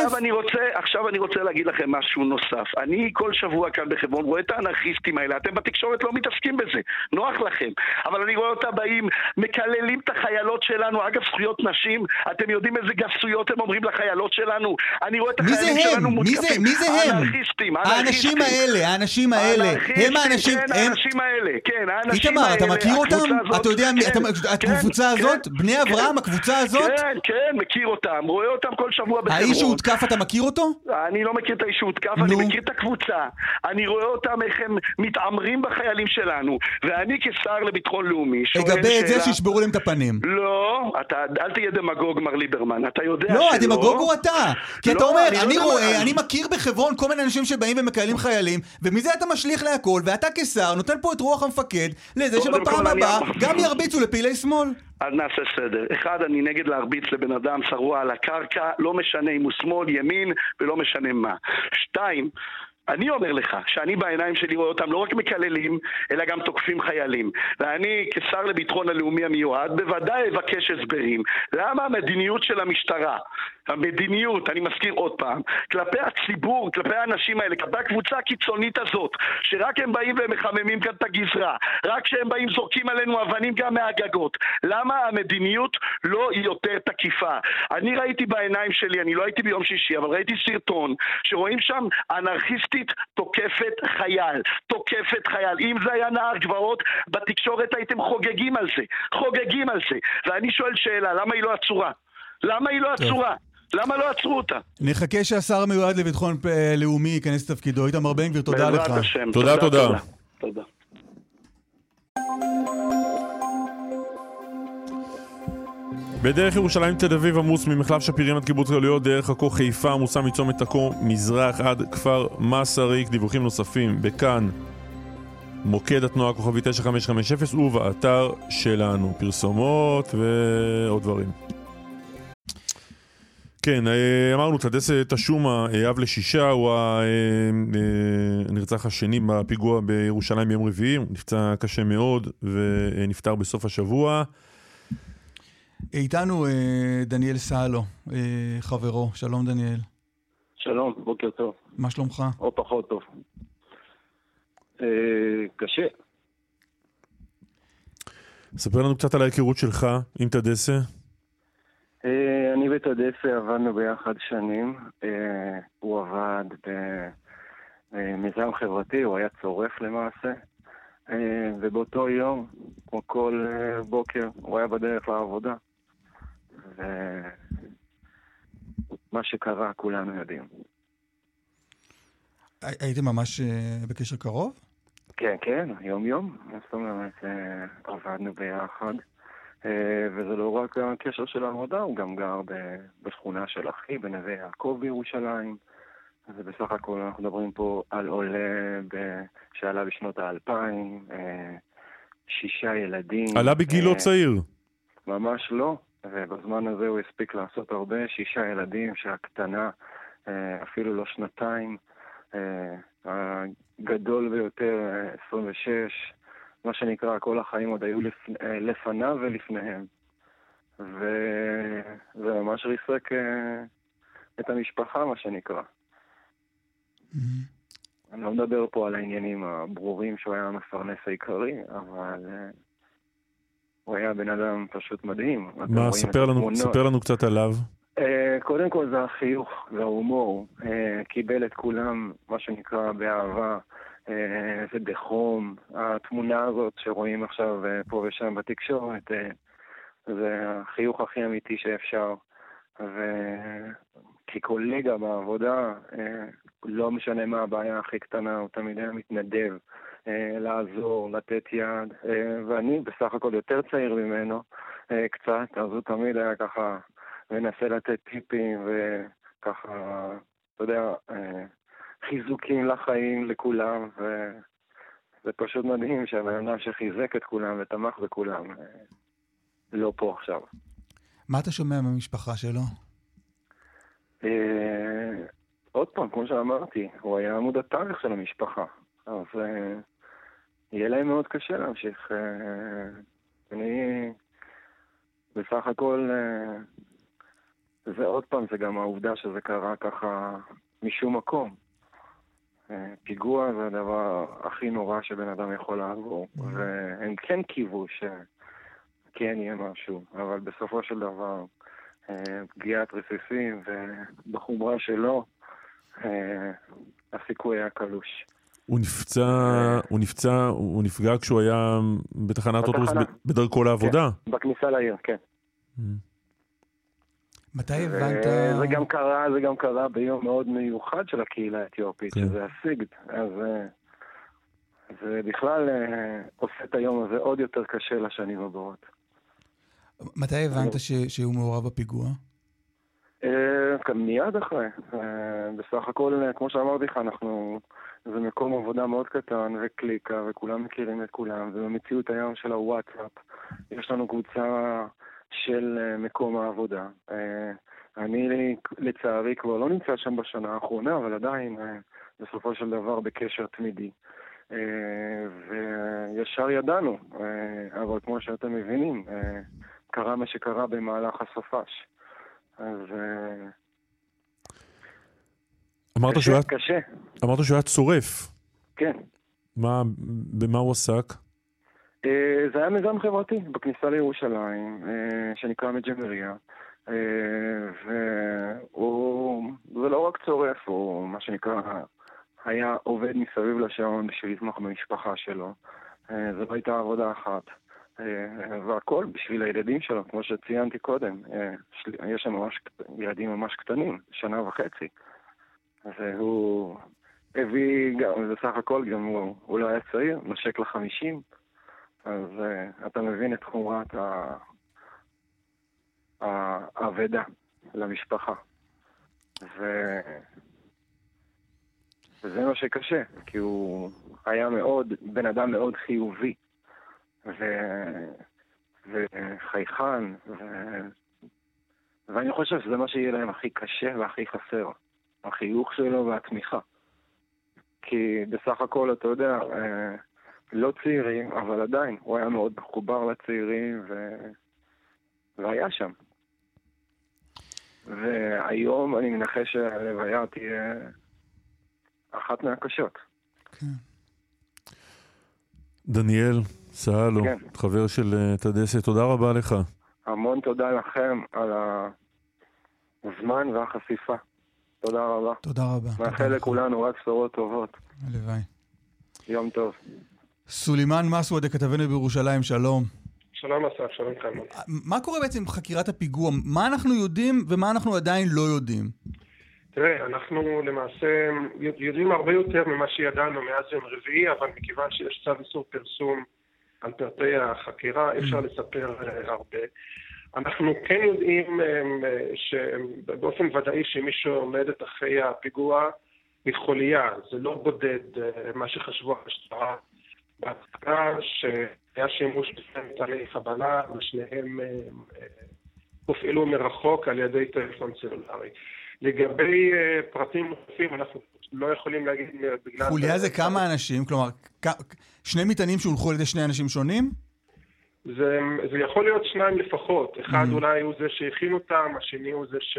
Speaker 4: עכשיו אני רוצה להגיד לכם משהו נוסף. אני כל שבוע כאן בחברון רואה את האנרכיסטים האלה, אתם בתקשורת לא מתעסקים בזה, נוח לכם, אבל אני רואה אותם באים, מקללים את החיילות שלנו, אגב זכויות נשים, אתם יודעים איזה גסויות הם אומרים לחיילות שלנו, אני רואה את החיילים שלנו מותקפים.
Speaker 3: מי זה הם?
Speaker 4: האנרכיסטים,
Speaker 3: האנשים האלה, האנשים האלה, הם האנשים,
Speaker 4: כן, האנשים האלה, כן, האנשים
Speaker 3: איתמר,
Speaker 4: האלה.
Speaker 3: אתה מכיר אותם? אתה יודע, הקבוצה הזאת? בני אברהם, הקבוצה הזאת?
Speaker 4: כן, כן, מכיר אותם, רואה אותם כל שבוע בחברון.
Speaker 3: האיש שהותקף, אתה מכיר אותו?
Speaker 4: אני לא מכיר את האיש שהותקף, אני מכיר את הקבוצה. אני רואה אותם איך הם מתעמרים בחיילים שלנו, ואני כשר לביטחון לאומי
Speaker 3: לגבי את זה שישברו להם את הפנים.
Speaker 4: לא, אתה, אל תהיה דמגוג מר ליברמן, אתה יודע
Speaker 3: לא,
Speaker 4: שלא.
Speaker 3: הדמגוג הוא אתה. כי אתה אומר, אני רואה, אני מכיר בחברון כל מיני אנשים שבאים ומקללים חיילים, ומזה אתה משליך להכל, ואתה כשר נותן פה את רוח המפקד, לזה שבפעם הבאה גם ירביצו לפעילי שמאל.
Speaker 4: אז נעשה סדר. אחד, אני נגד להרביץ לבן אדם שרוע על הקרקע, לא משנה אם הוא שמאל, ימין, ולא משנה מה. שתיים, אני אומר לך שאני בעיניים שלי רואה אותם לא רק מקללים, אלא גם תוקפים חיילים. ואני כשר לביטחון הלאומי המיועד בוודאי אבקש הסברים. למה המדיניות של המשטרה, המדיניות, אני מזכיר עוד פעם, כלפי הציבור, כלפי האנשים האלה, כלפי הקבוצה הקיצונית הזאת, שרק הם באים ומחממים כאן את הגזרה, רק שהם באים זורקים עלינו אבנים גם מהגגות. למה המדיניות לא יותר תקיפה? אני ראיתי בעיניים שלי, אני לא הייתי ביום שישי, אבל ראיתי סרטון שרואים שם אנרכיסטית תוקפת חייל, תוקפת חייל. אם זה היה נער גבעות, בתקשורת הייתם חוגגים על זה, חוגגים על זה. ואני שואל שאלה, למה היא לא עצורה? למה היא לא עצורה? למה לא עצרו אותה?
Speaker 3: נחכה שהשר המיועד לביטחון לאומי ייכנס לתפקידו. איתמר בן גביר, תודה לך.
Speaker 2: תודה, תודה.
Speaker 4: תודה.
Speaker 2: בדרך ירושלים תל אביב עמוס ממחלף שפירים עד קיבוץ גלויות, דרך עכו חיפה עמוסה מצומת עכו מזרח עד כפר מסריק. דיווחים נוספים בכאן מוקד התנועה כוכבי תשע חמש חמש אפס ובאתר שלנו, פרסומות ועוד דברים. כן, אמרנו, תדס תשומה, אב לשישה, הוא הנרצח השני בפיגוע בירושלים ביום רביעי, הוא נפצע קשה מאוד ונפטר בסוף השבוע.
Speaker 3: איתנו דניאל סאלו, חברו. שלום דניאל.
Speaker 5: שלום, בוקר טוב.
Speaker 3: מה שלומך?
Speaker 5: או פחות טוב. קשה.
Speaker 2: ספר לנו קצת על ההיכרות שלך עם תדסה.
Speaker 5: אני ותדסה עבדנו ביחד שנים. הוא עבד במיזם חברתי, הוא היה צורף למעשה. ובאותו יום, כמו כל בוקר, הוא היה בדרך לעבודה. ומה שקרה, כולנו יודעים.
Speaker 3: הייתם ממש בקשר קרוב?
Speaker 5: כן, כן, יום יום. זאת אומרת, עבדנו ביחד. וזה לא רק הקשר של העבודה, הוא גם גר בשכונה של אחי, בנווה יעקב בירושלים. אז בסך הכל אנחנו מדברים פה על עולה שעלה בשנות האלפיים, שישה ילדים.
Speaker 2: עלה בגילו צעיר.
Speaker 5: ממש לא, ובזמן הזה הוא הספיק לעשות הרבה, שישה ילדים שהקטנה אפילו לא שנתיים, הגדול ביותר עשרים ושש, מה שנקרא, כל החיים עוד היו לפ... לפניו ולפניהם. וזה ממש ריסק את המשפחה, מה שנקרא. Mm-hmm. אני לא מדבר פה על העניינים הברורים שהוא היה המפרנס העיקרי, אבל uh, הוא היה בן אדם פשוט מדהים.
Speaker 2: מה, ספר לנו, ספר לנו קצת עליו.
Speaker 5: Uh, קודם כל זה החיוך וההומור. Uh, קיבל את כולם, מה שנקרא, באהבה. Uh, זה בחום. התמונה הזאת שרואים עכשיו uh, פה ושם בתקשורת, uh, זה החיוך הכי אמיתי שאפשר. וכקולגה בעבודה, uh, לא משנה מה הבעיה הכי קטנה, הוא תמיד היה מתנדב אה, לעזור, לתת יד, אה, ואני בסך הכל יותר צעיר ממנו אה, קצת, אז הוא תמיד היה ככה מנסה לתת טיפים וככה, אתה יודע, אה, חיזוקים לחיים לכולם, וזה פשוט מדהים שהבן אדם שחיזק את כולם ותמך בכולם, אה, לא פה עכשיו.
Speaker 3: מה אתה שומע מהמשפחה שלו?
Speaker 5: עוד פעם, כמו שאמרתי, הוא היה עמוד התווך של המשפחה. אז יהיה להם מאוד קשה להמשיך. אני בסך הכל, זה עוד פעם, זה גם העובדה שזה קרה ככה משום מקום. פיגוע זה הדבר הכי נורא שבן אדם יכול לעבור, והם כן קיוו שכן יהיה משהו, אבל בסופו של דבר פגיעת רסיסים ובחומרה שלו הסיכוי היה קלוש.
Speaker 2: הוא נפצע, הוא נפצע, הוא נפגע כשהוא היה בתחנת אוטובוס בדרכו לעבודה?
Speaker 5: כן, בכניסה לעיר, כן.
Speaker 3: מתי הבנת...
Speaker 5: זה גם קרה, זה גם קרה ביום מאוד מיוחד של הקהילה האתיופית, שזה הסיגד. אז זה בכלל עושה את היום הזה עוד יותר קשה לשנים הבאות.
Speaker 3: מתי הבנת שהוא מעורב בפיגוע?
Speaker 5: מיד אחרי. בסך הכל, כמו שאמרתי לך, אנחנו... זה מקום עבודה מאוד קטן וקליקה, וכולם מכירים את כולם, ובמציאות היום של הוואטסאפ יש לנו קבוצה של מקום העבודה. אני לצערי כבר לא נמצא שם בשנה האחרונה, אבל עדיין בסופו של דבר בקשר תמידי. וישר ידענו, אבל כמו שאתם מבינים, קרה מה שקרה במהלך הסופש. אז...
Speaker 2: אמרת
Speaker 5: קשה,
Speaker 2: שהוא היה,
Speaker 5: קשה.
Speaker 2: אמרת שהוא היה צורף.
Speaker 5: כן.
Speaker 2: מה, במה הוא עסק?
Speaker 5: זה היה מיזם חברתי בכניסה לירושלים, שנקרא מג'מריה. והוא, זה לא רק צורף, הוא מה שנקרא, היה עובד מסביב לשעון בשביל לתמוך במשפחה שלו. זו לא הייתה עבודה אחת. והכל בשביל הילדים שלו, כמו שציינתי קודם. יש שם ממש, ילדים ממש קטנים, שנה וחצי. והוא הביא, גם, בסך הכל גם הוא, הוא לא היה צעיר, נשק לחמישים, אז uh, אתה מבין את חומרת העבודה למשפחה. ו... וזה מה שקשה, כי הוא היה מאוד, בן אדם מאוד חיובי, ו... וחייכן, ו... ואני חושב שזה מה שיהיה להם הכי קשה והכי חסר. החיוך שלו והתמיכה. כי בסך הכל, אתה יודע, לא צעירים, אבל עדיין, הוא היה מאוד מחובר לצעירים, ו... והיה שם. והיום אני מנחש שהלוויה תהיה אחת מהקשות.
Speaker 2: כן. דניאל סהלו, כן. חבר של תדסה, תודה רבה לך.
Speaker 5: המון תודה לכם על הזמן והחשיפה. תודה רבה.
Speaker 3: תודה רבה.
Speaker 5: מאחל לכולנו רק בשורות טובות.
Speaker 3: הלוואי.
Speaker 5: יום טוב.
Speaker 3: סולימאן מסוודה, כתבנו בירושלים, שלום.
Speaker 6: שלום אסף, שלום חיים.
Speaker 3: מה קורה בעצם עם חקירת הפיגוע? מה אנחנו יודעים ומה אנחנו עדיין לא יודעים?
Speaker 6: תראה, אנחנו למעשה יודעים הרבה יותר ממה שידענו מאז יום רביעי, אבל מכיוון שיש צו איסור פרסום על פרטי החקירה, אפשר לספר הרבה. אנחנו כן יודעים שבאופן ודאי שמישהו עומדת אחרי הפיגוע מחוליה, זה לא בודד מה שחשבו המשטרה בהתחלה, שהיה שימוש בפני מטעני חבלה ושניהם הופעלו מרחוק על ידי טלפון סלולרי. לגבי פרטים נוספים אנחנו לא יכולים להגיד בגלל...
Speaker 3: חוליה זה כמה אנשים? כלומר, שני מטענים שהולכו על ידי שני אנשים שונים?
Speaker 6: זה, זה יכול להיות שניים לפחות. אחד mm-hmm. אולי הוא זה שהכין אותם, השני הוא זה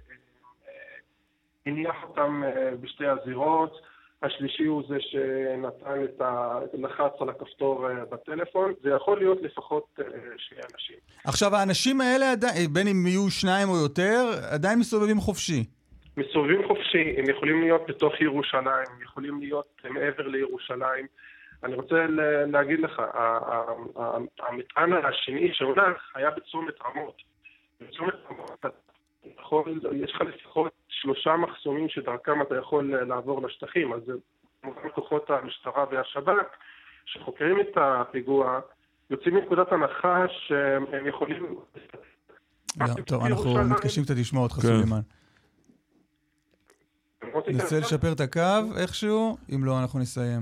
Speaker 6: שהניח אותם בשתי הזירות, השלישי הוא זה שנתן את הלחץ על הכפתור בטלפון. זה יכול להיות לפחות שני אנשים.
Speaker 3: עכשיו, האנשים האלה, בין אם יהיו שניים או יותר, עדיין מסובבים חופשי.
Speaker 6: מסובבים חופשי, הם יכולים להיות בתוך ירושלים, הם יכולים להיות מעבר לירושלים. אני רוצה להגיד לך, המטען השני שהולך היה בצומת רמות. בצומת רמות, יש לך לפחות שלושה מחסומים שדרכם אתה יכול לעבור לשטחים, אז זה מובן כוחות המשטרה והשב"כ שחוקרים את הפיגוע, יוצאים מנקודת הנחה שהם יכולים...
Speaker 3: טוב, אנחנו מתקשים קצת לשמוע אותך, סולימאן. ננסה לשפר את הקו איכשהו, אם לא אנחנו נסיים.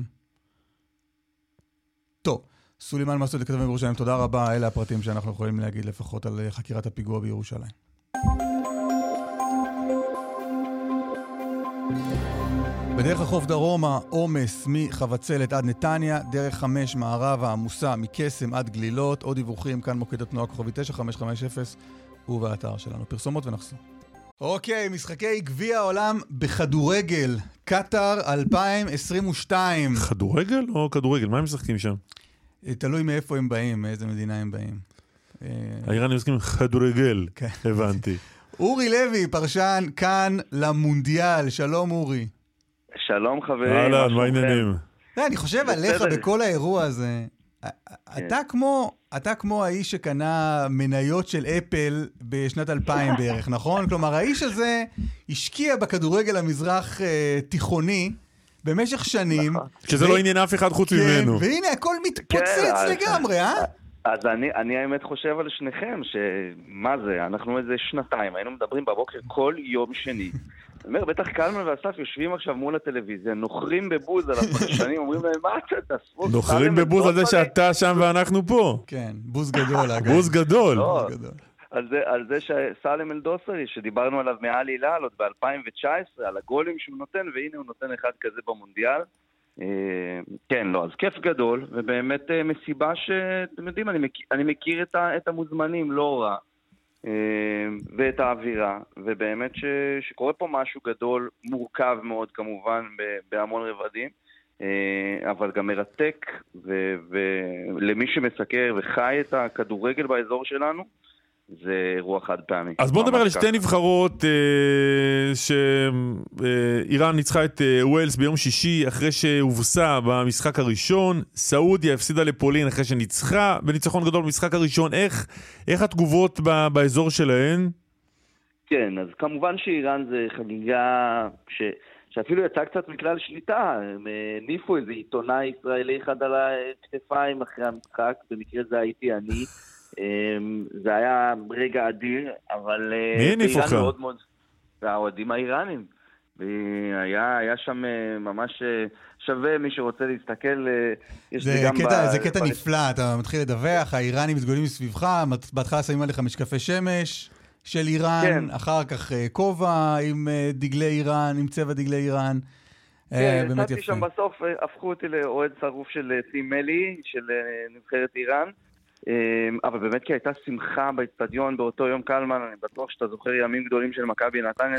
Speaker 3: טוב, סולימאן מסוודה, כתבנו בירושלים, תודה רבה, אלה הפרטים שאנחנו יכולים להגיד לפחות על חקירת הפיגוע בירושלים. בדרך החוף דרומה, עומס מחבצלת עד נתניה, דרך חמש מערבה עמוסה מקסם עד גלילות. עוד דיווחים כאן מוקד התנועה כוכבי תשע חמש חמש אפס ובאתר שלנו. פרסומות ונחזור. אוקיי, משחקי גביע העולם בכדורגל, קטר אלפיים עשרים ושתיים.
Speaker 2: כדורגל או כדורגל? מה הם משחקים שם?
Speaker 3: תלוי מאיפה הם באים, מאיזה מדינה הם באים.
Speaker 2: האיראנים משחקים כדורגל, הבנתי.
Speaker 3: אורי לוי, פרשן כאן למונדיאל. שלום אורי.
Speaker 7: שלום חברים.
Speaker 2: אהלן, מה העניינים?
Speaker 3: אני חושב עליך בכל האירוע הזה. אתה כמו, אתה כמו האיש שקנה מניות של אפל בשנת אלפיים בערך, נכון? כלומר, האיש הזה השקיע בכדורגל המזרח תיכוני במשך שנים.
Speaker 2: שזה לא עניין אף אחד חוץ ממנו.
Speaker 3: והנה, הכל מתפוצץ לגמרי, אה?
Speaker 7: אז אני, אני האמת חושב על שניכם, שמה זה, אנחנו איזה שנתיים, היינו מדברים בבוקר כל יום שני. אני אומר, בטח קלמן ואסף יושבים עכשיו מול הטלוויזיה, נוחרים בבוז על הפרשנים, אומרים להם, מה אתה תעשו?
Speaker 2: נוחרים בבוז על זה שאתה שם ואנחנו פה.
Speaker 3: כן, בוז גדול, אגב.
Speaker 2: בוז גדול.
Speaker 7: על זה, על זה שסלם אלדוסרי, שדיברנו עליו מעל הילה, עוד ב-אלפיים תשע עשרה, על הגולים שהוא נותן, והנה הוא נותן אחד כזה במונדיאל. כן, לא, אז כיף גדול, ובאמת מסיבה שאתם יודעים, אני מכיר, אני מכיר את, ה, את המוזמנים, לא רע, ואת האווירה, ובאמת ש, שקורה פה משהו גדול, מורכב מאוד כמובן, בהמון רבדים, אבל גם מרתק, ו, ולמי שמסקר וחי את הכדורגל באזור שלנו, זה אירוע חד פעמי.
Speaker 2: אז בוא נדבר על שתי נבחרות אה, שאיראן ניצחה את אה, ווילס ביום שישי אחרי שהובסה במשחק הראשון. סעודיה הפסידה לפולין אחרי שניצחה בניצחון גדול במשחק הראשון. איך, איך התגובות ב, באזור שלהן?
Speaker 7: כן, אז כמובן שאיראן זה חגיגה ש, שאפילו יצא קצת מכלל שליטה. הם ניפו איזה עיתונאי ישראלי אחד על הכתפיים אחרי המשחק, במקרה זה הייתי אני. זה היה רגע אדיר, אבל
Speaker 2: מי הניף אותך?
Speaker 7: מאוד מאוד, והאוהדים האיראנים, והיה היה שם ממש שווה, מי שרוצה להסתכל, יש
Speaker 3: זה קטע, זה קטע נפלא, אתה מתחיל לדווח, האיראנים מתגולים מסביבך, בהתחלה שמים עליך משקפי שמש של איראן, אחר כך כובע עם דגלי איראן, עם צבע דגלי איראן.
Speaker 7: כן, יצאתי שם בסוף, הפכו אותי לאוהד שרוף של סימלי, של נבחרת איראן, אבל באמת כי הייתה שמחה באצטדיון באותו יום קלמן, אני בטוח שאתה זוכר ימים גדולים של מכבי נתניה,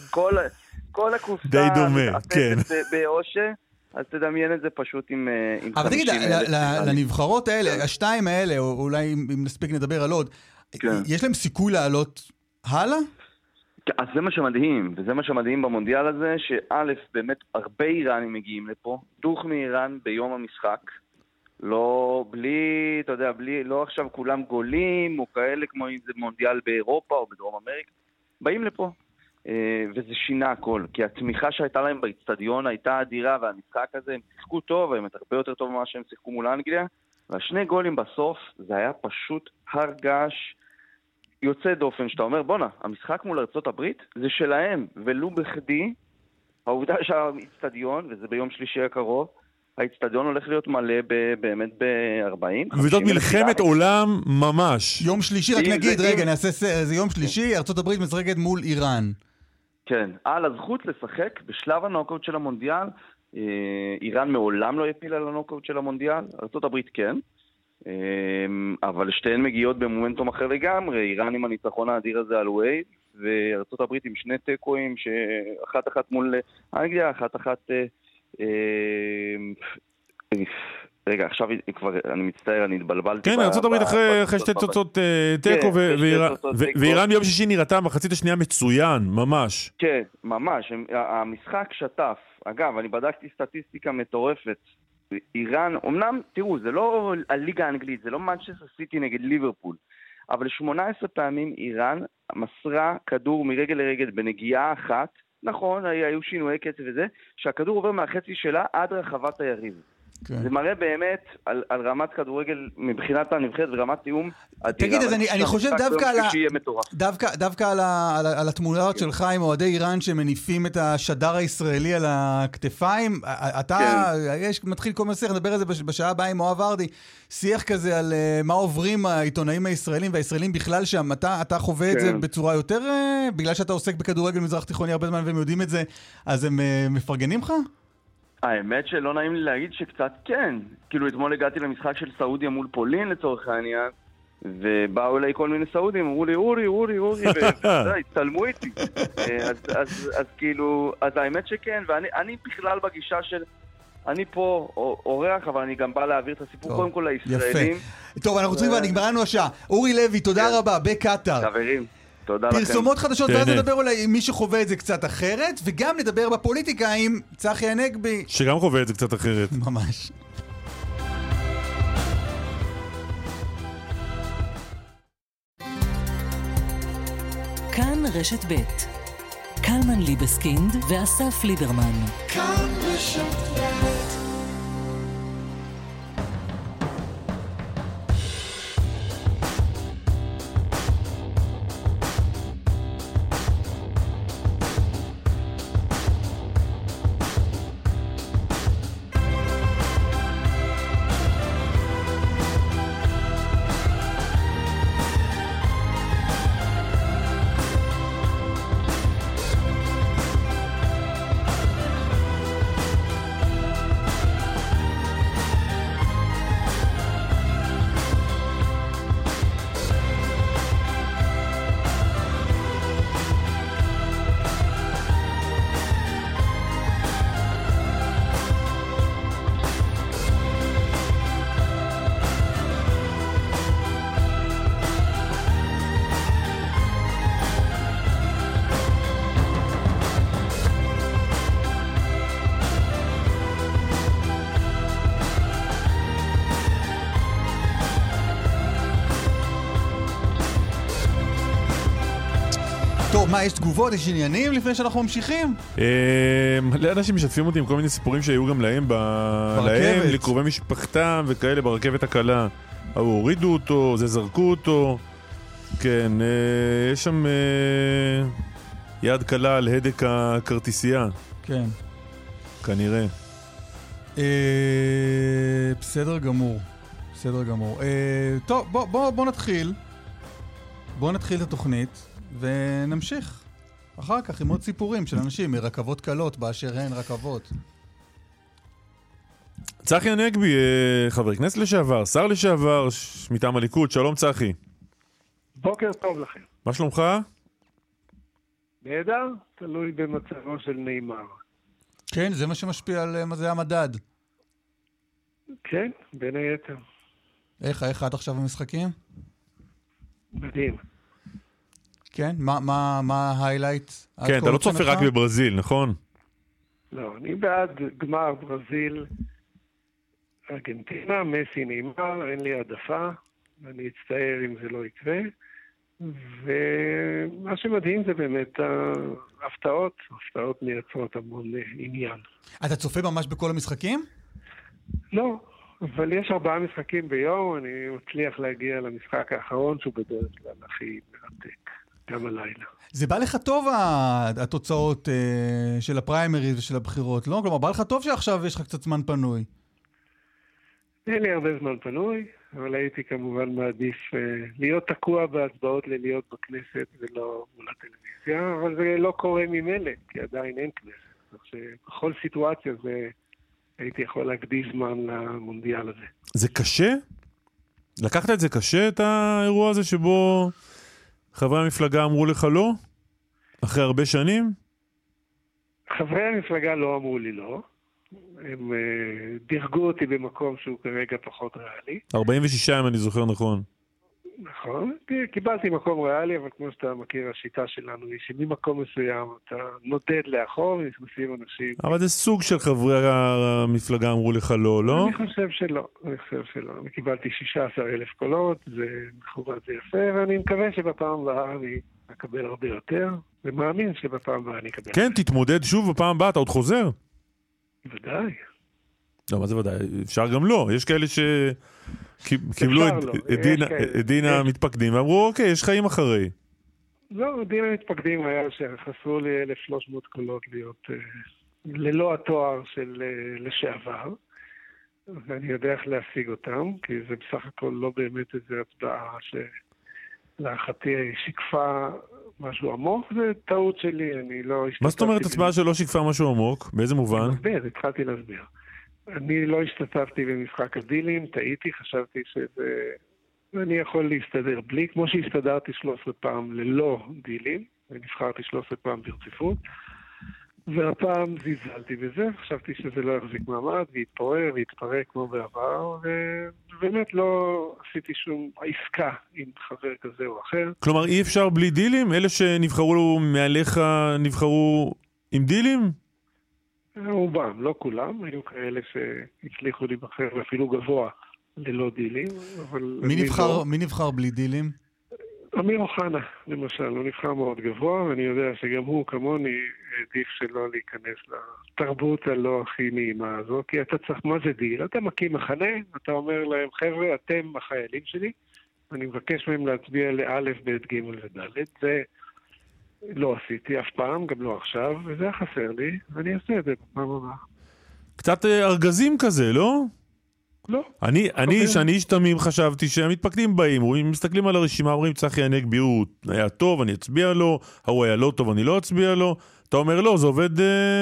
Speaker 7: שכל הקופסה
Speaker 2: די דומה, כן.
Speaker 7: באושה, אז תדמיין את זה פשוט עם חמישים אלף.
Speaker 3: אבל תגיד, לנבחרות האלה, השתיים האלה, או אולי אם נספיק נדבר על עוד, יש להם סיכוי לעלות הלאה?
Speaker 7: אז זה מה שמדהים, וזה מה שמדהים במונדיאל הזה, שא' באמת הרבה איראנים מגיעים לפה, דוך מאיראן ביום המשחק, לא, בלי, אתה יודע, בלי, לא עכשיו כולם גולים, או כאלה כמו אם זה מונדיאל באירופה או בדרום אמריקה, באים לפה, וזה שינה הכל, כי התמיכה שהייתה להם באצטדיון הייתה אדירה, והמשחק הזה, הם שיחקו טוב, הם הרבה יותר טוב ממה שהם שיחקו מול אנגליה, והשני גולים בסוף, זה היה פשוט הרגש יוצא דופן, שאתה אומר, בונה, המשחק מול ארצות הברית, זה שלהם, ולו בכדי, העובדה שהאצטדיון, וזה ביום שלישי הקרוב, האצטדיון הולך להיות מלא באמת ב-ארבעים.
Speaker 2: וזאת מלחמת עולם ממש.
Speaker 3: יום שלישי, רק נגיד, רגע, נעשה זה יום שלישי, ארצות הברית משחקת מול איראן.
Speaker 7: כן, על הזכות לשחק בשלב הנוקאוט של המונדיאל, איראן מעולם לא הפילה על הנוקאוט של המונדיאל, ארצות הברית כן, אבל שתיהן מגיעות במומנטום אחר לגמרי, איראן עם הניצחון האדיר הזה על ווייד, וארצות הברית עם שני טקואים, שאחת אחת מול אנגליה, אחת אחת... רגע, עכשיו כבר, אני מצטער, אני התבלבלתי.
Speaker 2: כן, ארצות הברית אחרי שתי תוצאות טקו, ואיראן ביום שישי נראתה מחצית השנייה מצוין, ממש.
Speaker 7: כן, ממש. המשחק שטף. אגב, אני בדקתי סטטיסטיקה מטורפת. איראן, אמנם, תראו, זה לא הליגה האנגלית, זה לא מנצ'סטר סיטי נגד ליברפול, אבל שמונה עשרה פעמים איראן מסרה כדור מרגל לרגל בנגיעה אחת, נכון, היו שינויי קצב וזה, שהכדור עובר מהחצי שלה עד רחבת היריב. זה מראה באמת על, על רמת כדורגל מבחינת הנבחרת ורמת תיאום אדירה.
Speaker 3: תגיד, אז אני, אני חושב דווקא על, דווקא, דווקא על, ה, על, על התמונות שלך עם אוהדי איראן שמניפים את השדר הישראלי על הכתפיים. אתה, כן. יש, מתחיל כל מסך, נדבר על זה בשעה הבאה עם מואב ארדי, שיח כזה על uh, מה עוברים העיתונאים הישראלים והישראלים בכלל שם. אתה, אתה חווה כן. את זה בצורה יותר, uh, בגלל שאתה עוסק בכדורגל מזרח תיכוני הרבה זמן והם יודעים את זה, אז הם uh, מפרגנים לך?
Speaker 7: האמת שלא נעים לי להגיד שקצת כן. כאילו אתמול הגעתי למשחק של סעודיה מול פולין לצורך העניין, ובאו אליי כל מיני סעודים, אמרו לי אורי, אורי, אורי, והצטלמו איתי. אז כאילו, אז האמת שכן, ואני בכלל בגישה של, אני פה אורח, אבל אני גם בא להעביר את הסיפור קודם כל לישראלים.
Speaker 3: יפה. טוב, אנחנו צריכים כבר, נגמר לנו השעה. אורי לוי, תודה רבה, בקטר.
Speaker 7: חברים. תודה לכם.
Speaker 3: פרסומות חדשות, ואז נדבר אולי עם מי שחווה את זה קצת אחרת, וגם נדבר בפוליטיקה עם צחי הנגבי.
Speaker 2: שגם חווה את זה קצת אחרת.
Speaker 3: ממש.
Speaker 1: כאן רשת ב' קלמן ליבסקינד ואסף ליברמן. כאן רשת ב'.
Speaker 3: טוב, מה, יש תגובות, יש עניינים לפני שאנחנו ממשיכים?
Speaker 2: לאנשים משתפים אותי עם כל מיני סיפורים שהיו גם להם, להם, לקרובי משפחתם וכאלה ברכבת הקלה. הורידו אותו, זה זרקו אותו. כן, יש שם יד קלה על הדק הכרטיסייה.
Speaker 3: כן.
Speaker 2: כנראה.
Speaker 3: בסדר גמור. בסדר גמור. טוב, בוא נתחיל. בוא נתחיל את התוכנית. ונמשיך אחר כך עם עוד סיפורים של אנשים מרכבות קלות באשר הן רכבות.
Speaker 2: צחי הנגבי, חבר כנסת לשעבר, שר לשעבר מטעם הליכוד, שלום צחי.
Speaker 8: בוקר טוב לכם.
Speaker 2: מה שלומך?
Speaker 8: נהדר, תלוי במצבו של נאמר.
Speaker 3: כן, זה מה שמשפיע על מה זה המדד.
Speaker 8: כן, בין היתר.
Speaker 3: איך, איך עד עכשיו במשחקים?
Speaker 8: מדהים.
Speaker 3: כן? מה, מה, מה ההיילייט?
Speaker 2: כן, אתה לא צופה רק בברזיל, נכון?
Speaker 8: לא, אני בעד גמר ברזיל, ארגנטינה, מסי נאמר, אין לי העדפה, אני אצטער אם זה לא יקרה, ומה שמדהים זה באמת ההפתעות, ההפתעות מייצרות המון עניין.
Speaker 3: אתה צופה ממש בכל המשחקים?
Speaker 8: לא, אבל יש ארבעה משחקים ביום, אני מצליח להגיע למשחק האחרון שהוא בדרך כלל הכי מרתק. גם הלילה.
Speaker 3: זה בא לך טוב התוצאות uh, של הפריימריז ושל הבחירות, לא? כלומר, בא לך טוב שעכשיו יש לך קצת זמן פנוי.
Speaker 8: אין לי הרבה זמן פנוי, אבל הייתי כמובן מעדיף uh, להיות תקוע בהצבעות ללהיות בכנסת ולא מול הטלוויזיה, אבל זה לא קורה ממילא, כי עדיין אין כנסת. כך שבכל סיטואציה זה הייתי יכול להקדיש זמן למונדיאל הזה.
Speaker 2: זה קשה? לקחת את זה קשה, את האירוע הזה שבו חברי המפלגה אמרו לך לא? אחרי הרבה שנים?
Speaker 8: חברי המפלגה לא אמרו לי לא. הם uh, דירגו אותי במקום שהוא כרגע פחות ריאלי.
Speaker 2: ארבעים ושישה אם אני זוכר נכון.
Speaker 8: נכון. קיבלתי מקום ריאלי, אבל כמו שאתה מכיר, השיטה שלנו היא שממקום מסוים אתה נודד לאחור ונכנסים אנשים.
Speaker 2: אבל זה סוג של חברי המפלגה אמרו לך לא, לא?
Speaker 8: אני חושב שלא. אני חושב שלא. אני קיבלתי שישה עשר אלף קולות, זה מכובד, זה יפה, ואני מקווה שבפעם הבאה אני אקבל הרבה יותר, ומאמין שבפעם הבאה אני אקבל.
Speaker 2: כן, תתמודד שוב בפעם הבאה, אתה עוד חוזר?
Speaker 8: ודאי.
Speaker 2: לא, מה זה ודאי? אפשר גם לא. יש כאלה שקיבלו את דין המתפקדים ואמרו, אוקיי, יש חיים אחרי.
Speaker 8: לא, דין המתפקדים היה שחסרו לי אלף ושלוש מאות קולות להיות ללא התואר של לשעבר, ואני יודע איך להשיג אותם, כי זה בסך הכל לא באמת איזו הצבעה שלאחתי שיקפה משהו עמוק, זה טעות שלי, אני לא...
Speaker 2: מה זאת אומרת הצבעה שלא שיקפה משהו עמוק? באיזה מובן?
Speaker 8: מסביר, התחלתי להסביר. אני לא השתתפתי במשחק הדילים, טעיתי, חשבתי שזה... אני יכול להסתדר בלי, כמו שהסתדרתי שלוש עשרה פעם ללא דילים, ונבחרתי שלוש עשרה פעם ברציפות, והפעם זיזלתי בזה, חשבתי שזה לא יחזיק מעמד, והתפורר והתפרק כמו בעבר, ובאמת לא עשיתי שום עסקה עם חבר כזה או אחר.
Speaker 2: כלומר, אי אפשר בלי דילים? אלה שנבחרו מעליך נבחרו עם דילים?
Speaker 8: רובם, לא כולם, היו כאלה שהצליחו להיבחר ואפילו גבוה ללא דילים, אבל...
Speaker 3: מי נבחר, לא... מי נבחר בלי דילים?
Speaker 8: אמיר אוחנה, למשל, הוא נבחר מאוד גבוה, ואני יודע שגם הוא כמוני עדיף שלא להיכנס לתרבות הלא הכי נעימה הזו, כי אתה צריך, מה זה דיל? אתה מקים מחנה, אתה אומר להם, חבר'ה, אתם החיילים שלי, אני מבקש מהם להצביע לאלף, בית, ג' וד', זה לא עשיתי אף פעם, גם לא עכשיו, וזה חסר לי, ואני אעשה את זה בפעם הבאה.
Speaker 2: קצת ארגזים כזה, לא?
Speaker 8: לא.
Speaker 2: אני, אני, שאני איש תמים חשבתי שהמתפקדים באים, רואים, מסתכלים על הרשימה, אומרים, צחי הנגבי הוא היה טוב, אני אצביע לו, הוא היה לא טוב, אני לא אצביע לו. אתה אומר, לא, זה עובד,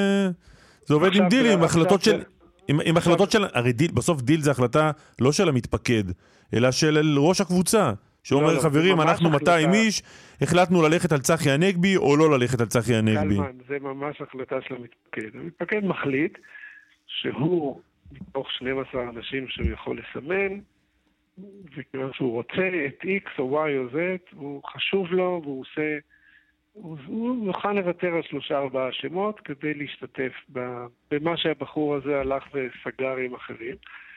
Speaker 2: זה עובד עם דיל, עם החלטות של, עם החלטות של, הרי דיל, בסוף דיל זה החלטה לא של המתפקד, אלא של ראש הקבוצה, שאומר, חברים, אנחנו מאתיים איש, החלטנו ללכת על צחי הנגבי, או לא ללכת על צחי הנגבי.
Speaker 8: קלמן, זה ממש החלטה של המתפקד. המתפקד מחליט שהוא מתוך שנים עשר אנשים שהוא יכול לסמן, וכיוון שהוא רוצה את X או Y או Z, הוא חשוב לו, והוא עושה, הוא, הוא יוכל לוותר על שלושה ארבעה שמות, כדי להשתתף במה שהבחור הזה הלך וסגר עם אחרים.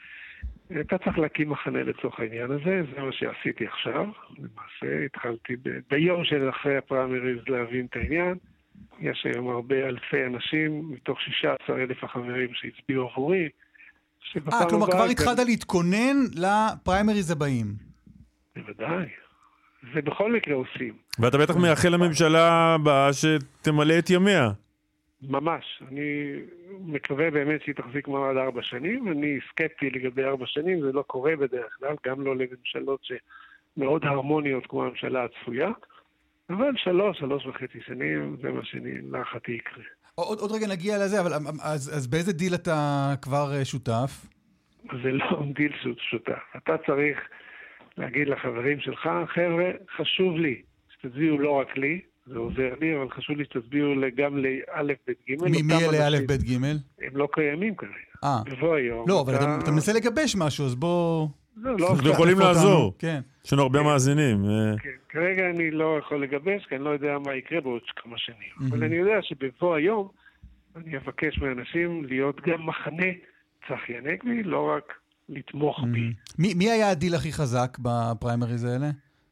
Speaker 8: אתה צריך להקים מחנה לצורך העניין הזה, זה מה שעשיתי עכשיו. למעשה, התחלתי ב... ביום של אחרי הפריימריז להבין את העניין. יש היום הרבה אלפי אנשים, מתוך שישה עשר אלף החברים שהצביעו עבורי,
Speaker 3: אה, כלומר, כבר התחלת להתכונן לפריימריז הבאים.
Speaker 8: בוודאי. זה בכל מקרה עושים.
Speaker 2: ואתה בטח מייחל לממשלה הבאה שתמלא את ימיה.
Speaker 8: ממש. אני מקווה באמת שהיא תחזיק מעמד ארבע שנים. אני סקפטי לגבי ארבע שנים, זה לא קורה בדרך כלל, גם לא לממשלות שמאוד הרמוניות כמו הממשלה הצפויה. אבל שלוש, שלוש וחצי שנים, זה מה שאני להחתי יקרה.
Speaker 3: עוד, עוד רגע נגיע לזה, אבל אז, אז באיזה דיל אתה כבר שותף?
Speaker 8: זה לא דיל שותף. אתה צריך להגיד לחברים שלך, חבר'ה, חשוב לי שתצביעו לא רק לי, זה עוזר לי, אבל חשוב לי שתצביעו גם לאלף בית ג'.
Speaker 3: מי, מי אלה אלף בית ג'?
Speaker 8: הם לא קיימים כרגע.
Speaker 3: אה.
Speaker 8: בבוא היום.
Speaker 3: לא, אבל אתה, אתה מנסה לגבש משהו, אז בוא...
Speaker 2: אנחנו יכולים לעזור. יש לנו הרבה מאזינים.
Speaker 8: כרגע אני לא יכול לגבש, כי אני לא יודע מה יקרה בעוד כמה שנים. אבל אני יודע שבבוא היום אני אבקש מאנשים להיות גם מחנה צחי הנגבי, לא רק לתמוך בי.
Speaker 3: מי היה הדיל הכי חזק בפריימריז האלה?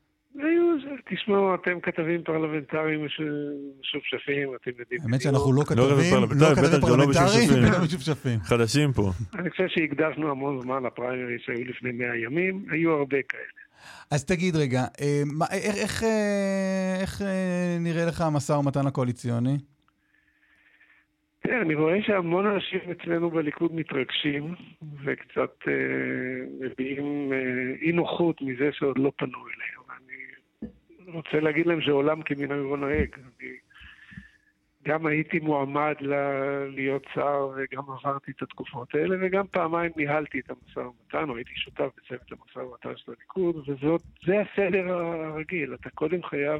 Speaker 8: תשמעו, אתם כתבים פרלמנטריים משופשפים, אתם יודעים.
Speaker 3: האמת שאנחנו לא כתבים, לא כתבים פרלמנטריים, לא משופשפים.
Speaker 2: חדשים פה.
Speaker 8: אני חושב שהקדשנו המון זמן לפריימריז שהיו לפני מאה ימים, היו הרבה כאלה.
Speaker 3: אז תגיד רגע, איך נראה לך המשא ומתן הקואליציוני?
Speaker 8: אני רואה שהמון אנשים אצלנו בליכוד מתרגשים, וקצת מביעים אי נוחות מזה שעוד לא פנו אליהם. אני רוצה להגיד להם שעולם כמנהגו נוהג. אני גם הייתי מועמד להיות שר, וגם עברתי את התקופות האלה, וגם פעמיים ניהלתי את המשא ומתן, או הייתי שותף בצוות המשא ומתן של הליכוד, וזה הסדר הרגיל. אתה קודם חייב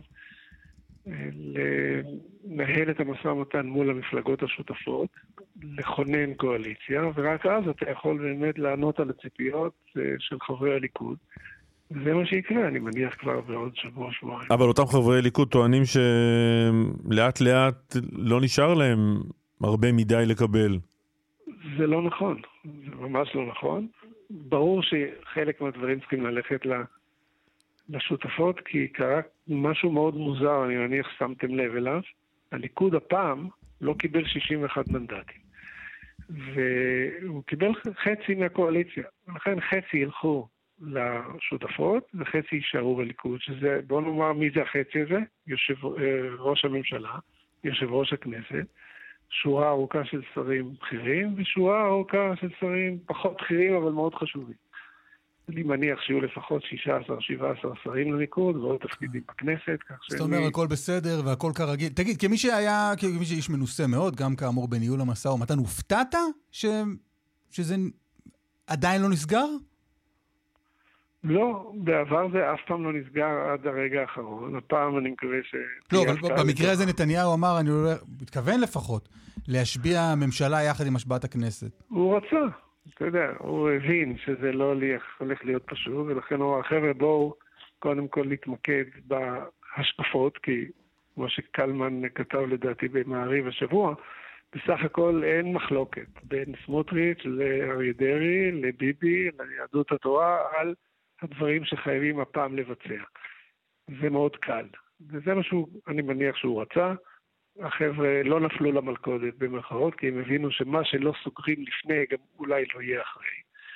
Speaker 8: לנהל את המשא ומתן מול המפלגות השותפות, לכונן קואליציה, ורק אז אתה יכול באמת לענות על הציפיות של חברי הליכוד. זה מה שיקרה, אני מניח כבר בעוד שבוע שבועיים.
Speaker 2: אבל אותם חברי ליכוד טוענים שלאט לאט לא נשאר להם הרבה מדי לקבל.
Speaker 8: זה לא נכון, זה ממש לא נכון. ברור שחלק מהדברים צריכים ללכת לשותפות, כי קרה משהו מאוד מוזר, אני מניח שמתם לב אליו. הליכוד הפעם לא קיבל שישים ואחד מנדטים. והוא קיבל חצי מהקואליציה, ולכן חצי ילכו לשותפות, וחצי יישארו בליכוד, שזה, בוא נאמר מי זה החצי הזה, יושב, ראש הממשלה, יושב ראש הכנסת, שורה ארוכה של שרים בכירים, ושורה ארוכה של שרים פחות בכירים, אבל מאוד חשובים. אני מניח שיהיו לפחות שישה עשר שבעה עשר שרים לליכוד, ועוד תפקידים בכנסת, כך
Speaker 3: זאת אומרת, הכל בסדר והכל כרגיל. תגיד, כמי שהיה, כמי שאיש מנוסה מאוד, גם כאמור בניהול המשא ומתן, הופתעת ש... שזה עדיין לא נסגר?
Speaker 8: לא, בעבר זה אף פעם לא נסגר עד הרגע האחרון. הפעם אני מקווה ש...
Speaker 3: לא, אבל במקרה הזה נתניהו אמר, אני לא מתכוון לפחות, להשביע ממשלה יחד עם השבעת הכנסת.
Speaker 8: הוא רצה. אתה יודע, הוא הבין שזה לא הולך להיות פשוט, ולכן הוא אמר, חבר'ה, בואו קודם כל להתמקד בהשקפות, כי כמו שקלמן כתב לדעתי במעריב השבוע, בסך הכל אין מחלוקת בין סמוטריץ' לאריה דרעי, לביבי, ליהדות התורה, על הדברים שחייבים הפעם לבצע. זה מאוד קל. וזה משהו, אני מניח שהוא רצה. החבר'ה לא נפלו למלכודת במרכאות, כי הם הבינו שמה שלא סוגרים לפני גם אולי לא יהיה אחרי.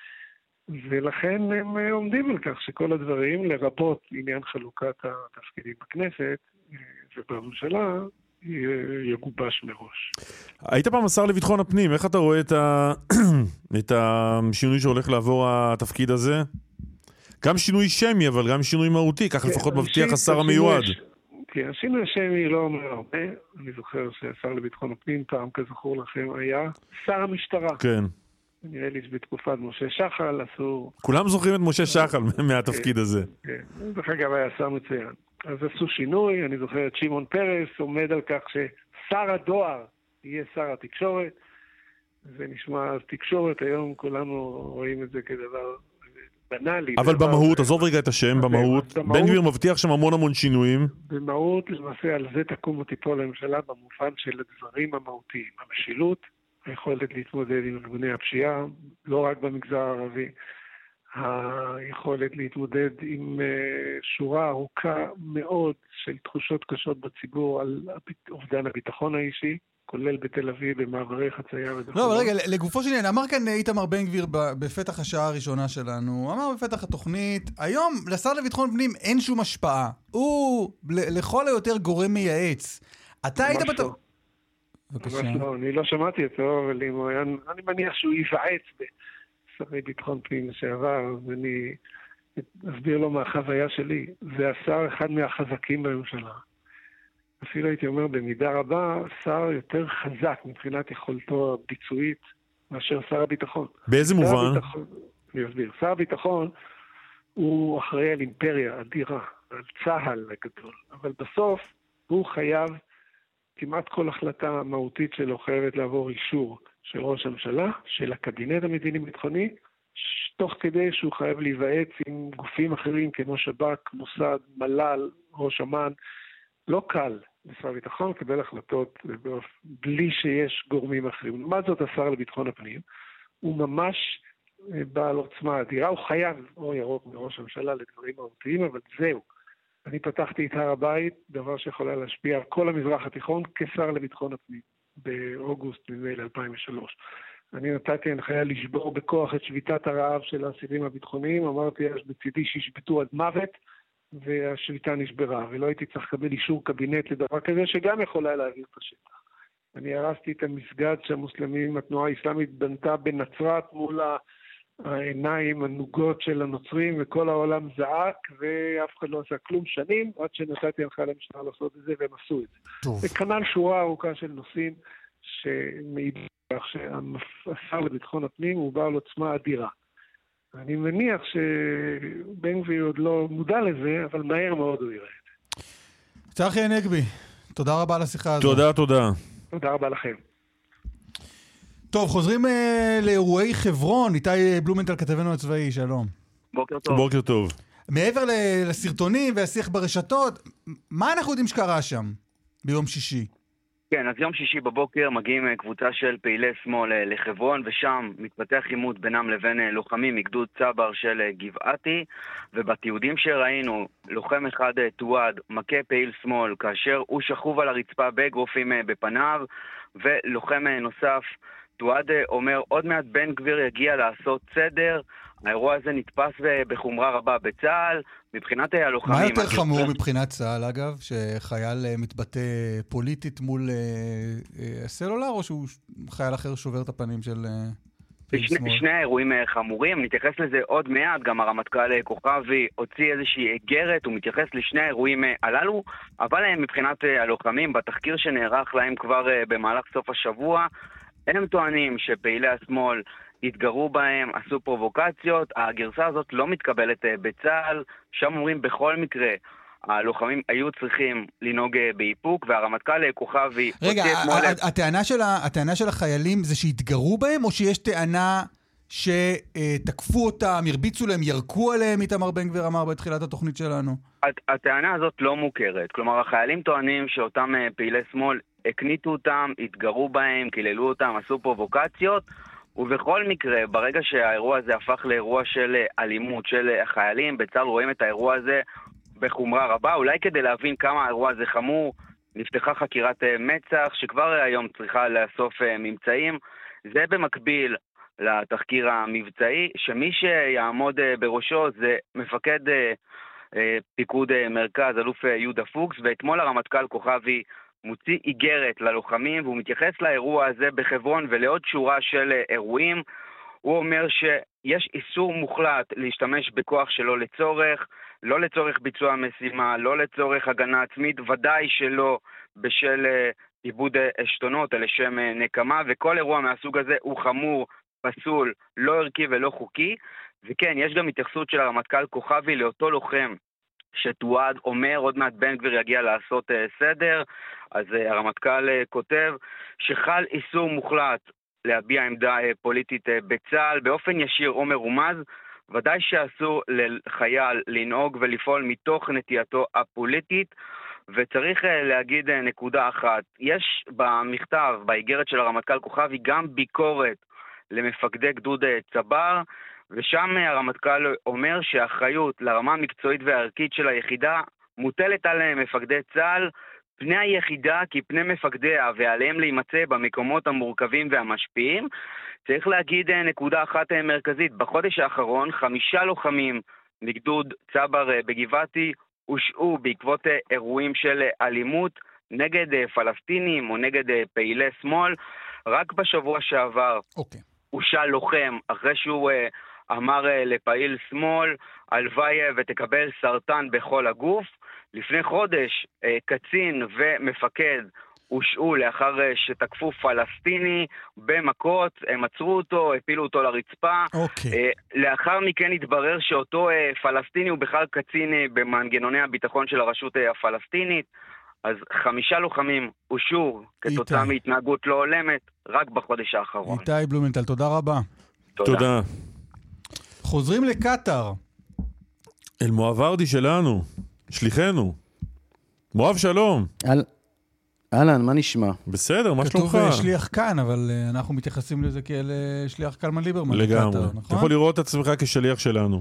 Speaker 8: ולכן הם עומדים על כך שכל הדברים, לרבות עניין חלוקת התפקידים בכנסת ובממשלה, יגובש מראש.
Speaker 2: היית פעם השר לביטחון הפנים, איך אתה רואה את, ה... את השינוי שהולך לעבור התפקיד הזה? גם שינוי שמי, אבל גם שינוי מהותי, כך לפחות מבטיח השר המיועד.
Speaker 8: כן, השינוי השמי לא אומר הרבה. אני זוכר שהשר לביטחון הפנים, פעם כזכור לכם, היה שר המשטרה.
Speaker 2: כן.
Speaker 8: נראה לי שבתקופת משה שחל עשו...
Speaker 2: כולם זוכרים את משה שחל מהתפקיד הזה.
Speaker 8: כן, דרך אגב היה שר מצוין. אז עשו שינוי, אני זוכר את שמעון פרס עומד על כך ששר הדואר יהיה שר התקשורת. זה נשמע, אז תקשורת היום כולנו רואים את זה כדבר... בנאלי.
Speaker 2: אבל במהות, עזוב רגע את השם, במהות, בן גביר מבטיח שם המון המון שינויים.
Speaker 8: במהות, למעשה על זה תקום ותיפול הממשלה במובן של הדברים המהותיים. המשילות, היכולת להתמודד עם ארגוני הפשיעה, לא רק במגזר הערבי, היכולת להתמודד עם שורה ארוכה מאוד של תחושות קשות בציבור על אובדן הביטחון האישי, כולל בתל אביב, במעברי חצייה ודחולות.
Speaker 3: לא, אבל רגע, לגופו של עניין, אמר כאן איתמר בן גביר בפתח השעה הראשונה שלנו, אמר בפתח התוכנית, היום לשר לביטחון פנים אין שום השפעה. הוא לכל היותר גורם מייעץ. אתה היית בטוח...
Speaker 8: בבקשה. לא, אני לא שמעתי אותו, אבל אני מניח שהוא ייוועץ בשרי ביטחון פנים לשעבר, ואני אסביר לו מהחוויה שלי. זה השר אחד מהחזקים בממשלה. אפילו הייתי אומר במידה רבה, שר יותר חזק מבחינת יכולתו הביצועית מאשר שר הביטחון.
Speaker 2: באיזה מובן?
Speaker 8: הביטחון, אני אסביר. שר הביטחון הוא אחראי על אימפריה אדירה, על צהל הגדול, אבל בסוף הוא חייב, כמעט כל החלטה מהותית שלו חייבת לעבור אישור של ראש הממשלה, של הקבינט המדיני-ביטחוני, תוך כדי שהוא חייב להיוועץ עם גופים אחרים כמו שב"כ, מוסד, מל"ל, ראש אמ"ן. לא קל לשר הביטחון לקבל החלטות בלי שיש גורמים אחרים. מה זאת השר לביטחון הפנים? הוא ממש בעל עוצמה אדירה, הוא חייב אור ירוק מראש הממשלה לדברים מהותיים, אבל זהו. אני פתחתי את הר הבית, דבר שיכולה להשפיע על כל המזרח התיכון כשר לביטחון הפנים, באוגוסט מנהל אלפיים ושלוש. אני נתתי הנחיה לשבור בכוח את שביתת הרעב של האסירים הביטחוניים, אמרתי, יש בצידי שישבתו עד מוות, והשביתה נשברה, ולא הייתי צריך לקבל אישור קבינט לדבר כזה, שגם יכול היה להעביר את השטח. אני הרסתי את המסגד שהמוסלמים, התנועה האסלאמית בנתה בנצרת מול העיניים הנוגות של הנוצרים, וכל העולם זעק, ואף אחד לא עשה כלום שנים, עד שנתתי הנחיה למשטרה לעשות את זה, והם עשו את זה. וכנ"ל שורה ארוכה של נושאים שמעידים כך שהשר לביטחון הפנים הוא בעל עוצמה אדירה. אני מניח שבן גביר עוד לא מודע לזה, אבל מהר מאוד הוא יראה את זה.
Speaker 3: צחי הנגבי, תודה רבה על השיחה הזאת.
Speaker 2: תודה, תודה.
Speaker 8: תודה רבה לכם.
Speaker 3: טוב, חוזרים uh, לאירועי חברון. איתי בלומנטל, כתבנו הצבאי, שלום.
Speaker 7: בוקר טוב.
Speaker 2: בוקר טוב.
Speaker 3: מעבר לסרטונים והשיח ברשתות, מה אנחנו יודעים שקרה שם ביום שישי?
Speaker 7: כן, אז יום שישי בבוקר מגיעים קבוצה של פעילי שמאל לחברון, ושם מתפתח עימות בינם לבין לוחמים מגדוד צבר של גבעתי, ובתיעודים שראינו, לוחם אחד תועד, מכה פעיל שמאל, כאשר הוא שכוב על הרצפה באגרופים בפניו, ולוחם נוסף תועד אומר, עוד מעט בן גביר יגיע לעשות סדר, האירוע הזה נתפס בחומרה רבה בצה"ל, מבחינת הלוחמים...
Speaker 3: מה יותר חמור מבחינת צה"ל, אגב, שחייל מתבטא פוליטית מול הסלולר, או שהוא חייל אחר שובר את הפנים של...
Speaker 7: שני, שני האירועים חמורים, נתייחס לזה עוד מעט, גם הרמטכ"ל כוכבי הוציא איזושהי אגרת, הוא מתייחס לשני האירועים הללו, אבל מבחינת הלוחמים, בתחקיר שנערך להם כבר במהלך סוף השבוע, הם טוענים שפעילי השמאל התגרו בהם, עשו פרובוקציות, הגרסה הזאת לא מתקבלת בצה"ל, שם אומרים בכל מקרה, הלוחמים היו צריכים לנהוג באיפוק, והרמטכ"ל כוכבי...
Speaker 3: רגע, הטענה של, הטענה של החיילים זה שהתגרו בהם, או שיש טענה שתקפו אותם, הרביצו להם, ירקו עליהם, איתמר בן גביר אמר בתחילת התוכנית שלנו?
Speaker 7: הטענה הזאת לא מוכרת, כלומר החיילים טוענים שאותם פעילי שמאל הקניתו אותם, התגרו בהם, קיללו אותם, עשו פרובוקציות, ובכל מקרה, ברגע שהאירוע הזה הפך לאירוע של אלימות של החיילים, בצה"ל רואים את האירוע הזה בחומרה רבה, אולי כדי להבין כמה האירוע הזה חמור, נפתחה חקירת מצ"ח, שכבר היום צריכה לאסוף ממצאים. זה במקביל לתחקיר המבצעי, שמי שיעמוד בראשו זה מפקד פיקוד מרכז, אלוף יהודה פוקס, ואתמול הרמטכ"ל כוכבי מוציא איגרת ללוחמים, והוא מתייחס לאירוע הזה בחברון ולעוד שורה של אירועים. הוא אומר שיש איסור מוחלט להשתמש בכוח שלא לצורך, לא לצורך ביצוע משימה, לא לצורך הגנה עצמית, ודאי שלא בשל עיבוד עשתונות, על שם נקמה, וכל אירוע מהסוג הזה הוא חמור, פסול, לא ערכי ולא חוקי. וכן, יש גם התייחסות של הרמטכ"ל כוכבי לאותו לוחם שתועד, אומר, עוד מעט בן גביר יגיע לעשות סדר, אז הרמטכ"ל כותב שחל איסור מוחלט להביע עמדה פוליטית בצה"ל, באופן ישיר או מרומז, ודאי שאסור לחייל לנהוג ולפעול מתוך נטייתו הפוליטית, וצריך להגיד נקודה אחת, יש במכתב, באיגרת של הרמטכ"ל כוכבי, גם ביקורת למפקדי גדוד צבר, ושם הרמטכ"ל אומר שהאחריות לרמה המקצועית והערכית של היחידה מוטלת על מפקדי צה"ל, פני היחידה כפני מפקדיה, ועליהם להימצא במקומות המורכבים והמשפיעים. צריך להגיד נקודה אחת מרכזית, בחודש האחרון חמישה לוחמים מגדוד צבר בגבעתי הושעו בעקבות אירועים של אלימות נגד פלסטינים או נגד פעילי שמאל. רק בשבוע שעבר okay. הושע לוחם אחרי שהוא אמר לפעיל שמאל, הלוואי ותקבל סרטן בכל הגוף. לפני חודש קצין ומפקד הושעו לאחר שתקפו פלסטיני במכות, הם עצרו אותו, הפילו אותו לרצפה.
Speaker 3: Okay.
Speaker 7: לאחר מכן התברר שאותו פלסטיני הוא בכלל קצין במנגנוני הביטחון של הרשות הפלסטינית. אז חמישה לוחמים הושעו כתוצאה מהתנהגות לא הולמת רק בחודש האחרון.
Speaker 3: איתי בלומנטל, תודה רבה.
Speaker 2: תודה. תודה.
Speaker 3: חוזרים לקטר.
Speaker 2: אל מואב ורדי שלנו, שליחנו. מואב, שלום.
Speaker 9: אל... אהלן, מה נשמע?
Speaker 2: בסדר, מה שלומך?
Speaker 3: כתוב שליח כאן, אבל uh, אנחנו מתייחסים לזה כאל uh, שליח קלמן ליברמן.
Speaker 2: לגמרי.
Speaker 3: לקטר, נכון?
Speaker 2: אתה יכול לראות את עצמך כשליח שלנו.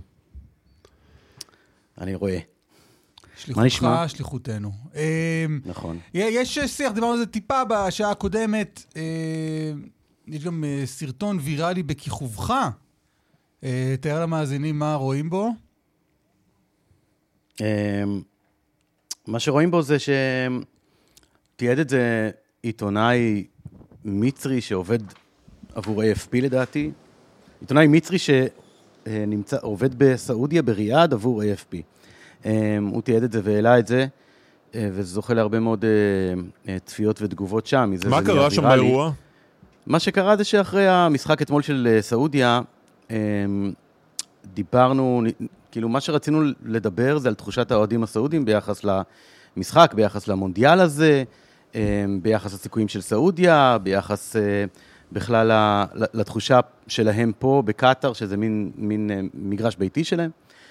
Speaker 9: אני רואה.
Speaker 3: שליחותך, שליחותנו.
Speaker 9: נכון.
Speaker 3: יש שיח, דיברנו על זה טיפה בשעה הקודמת, יש גם סרטון ויראלי בכיכובך. תאר למאזינים מה רואים בו?
Speaker 9: מה שרואים בו זה שתיעד את זה עיתונאי מצרי שעובד עבור איי אף פי לדעתי. עיתונאי מצרי שעובד בסעודיה בריאד עבור איי אף פי. הוא תיעד את זה והעלה את זה, וזה זוכה להרבה מאוד צפיות ותגובות שם.
Speaker 2: מה קרה שם באירוע?
Speaker 9: מה שקרה זה שאחרי המשחק אתמול של סעודיה, דיברנו, כאילו מה שרצינו לדבר זה על תחושת האוהדים הסעודים ביחס למשחק, ביחס למונדיאל הזה, ביחס לסיכויים של סעודיה, ביחס בכלל לתחושה שלהם פה בקטר, שזה מין, מין מגרש ביתי שלהם.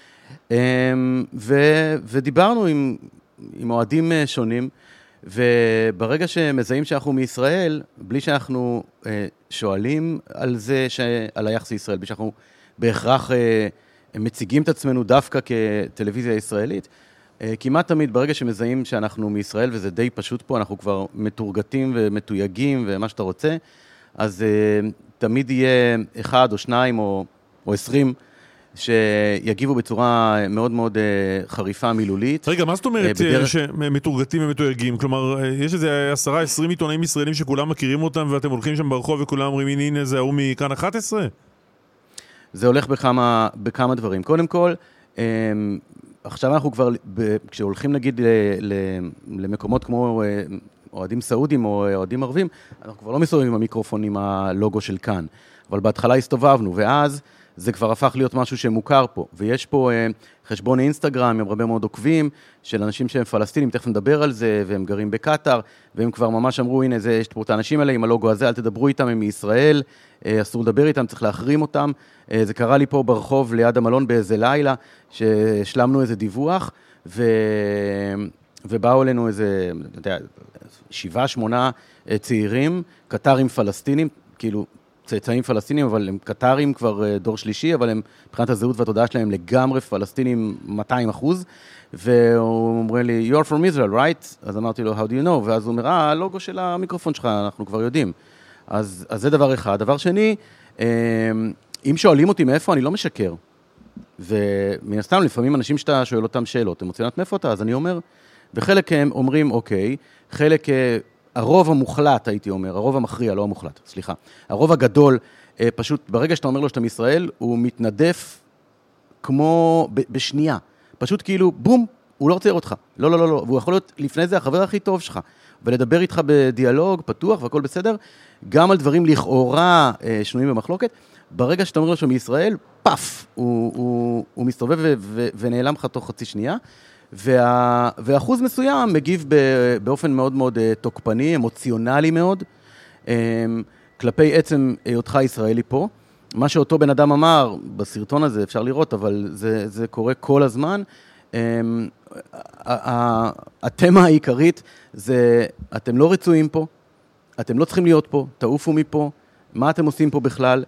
Speaker 9: ו, ודיברנו עם, עם אוהדים שונים, וברגע שמזהים שאנחנו מישראל, בלי שאנחנו שואלים על זה, על היחס לישראל, בלי שאנחנו בהכרח מציגים את עצמנו דווקא כטלוויזיה ישראלית, כמעט תמיד ברגע שמזהים שאנחנו מישראל, וזה די פשוט פה, אנחנו כבר מתורגתים ומתויגים ומה שאתה רוצה, אז תמיד יהיה אחד או שניים או, או עשרים, שיגיבו בצורה מאוד מאוד חריפה מילולית.
Speaker 2: רגע, מה זאת אומרת בדרך... שמתורגתים ומתויגים? כלומר, יש איזה עשרה, עשרים עיתונאים ישראלים שכולם מכירים אותם, ואתם הולכים שם ברחוב וכולם אומרים, הנה, הנה, זה הוא מכאן אחת עשרה? זה
Speaker 9: הולך בכמה, בכמה דברים. קודם כל, עכשיו אנחנו כבר, כשהולכים נגיד למקומות כמו אוהדים סעודים או אוהדים ערבים, אנחנו כבר לא מסתובבים עם המיקרופון עם הלוגו של כאן, אבל בהתחלה הסתובבנו, ואז זה כבר הפך להיות משהו שמוכר פה, ויש פה אה, חשבון אינסטגרם עם הרבה מאוד עוקבים של אנשים שהם פלסטינים, תכף נדבר על זה, והם גרים בקטר, והם כבר ממש אמרו, הנה, זה, יש פה את האנשים האלה עם הלוגו הזה, אל תדברו איתם, הם מישראל, אה, אסור לדבר איתם, צריך להחרים אותם. אה, זה קרה לי פה ברחוב ליד המלון באיזה לילה, שהשלמנו איזה דיווח, ו... ובאו אלינו איזה, אתה יודע, שבעה, שמונה אה, צעירים, קטרים פלסטינים, כאילו, צאצאים פלסטינים, אבל הם קטרים כבר דור שלישי, אבל הם, מבחינת הזהות והתודעה שלהם, לגמרי פלסטינים מאתיים אחוז, והוא אומר לי, you're from Israel, right? אז אמרתי לו, how do you know? ואז הוא אומר, אה, הלוגו של המיקרופון שלך, אנחנו כבר יודעים. אז, אז זה דבר אחד. דבר שני, אם שואלים אותי מאיפה, אני לא משקר. ומן הסתם, לפעמים אנשים שאתה שואל אותם שאלות, הם רוצים לדעת מאיפה אתה, אז אני אומר, וחלק הם אומרים, אוקיי, חלק... הרוב המוחלט, הייתי אומר, הרוב המכריע, לא המוחלט, סליחה. הרוב הגדול, פשוט ברגע שאתה אומר לו שאתה מישראל, הוא מתנדף כמו בשנייה. פשוט כאילו, בום, הוא לא רוצה לראות אותך. לא, לא, לא, לא. והוא יכול להיות לפני זה החבר הכי טוב שלך. ולדבר איתך בדיאלוג, פתוח והכל בסדר. גם על דברים לכאורה שנויים במחלוקת. ברגע שאתה אומר לו שהוא מישראל, פף, הוא, הוא, הוא מסתובב ו- ו- ונעלם לך תוך חצי שנייה. וה, ואחוז מסוים מגיב באופן מאוד מאוד תוקפני, אמוציונלי מאוד, כלפי עצם היותך ישראלי פה. מה שאותו בן אדם אמר, בסרטון הזה אפשר לראות, אבל זה, זה קורה כל הזמן. התמה העיקרית זה, אתם לא רצויים פה, אתם לא צריכים להיות פה, תעופו מפה, מה אתם עושים פה בכלל,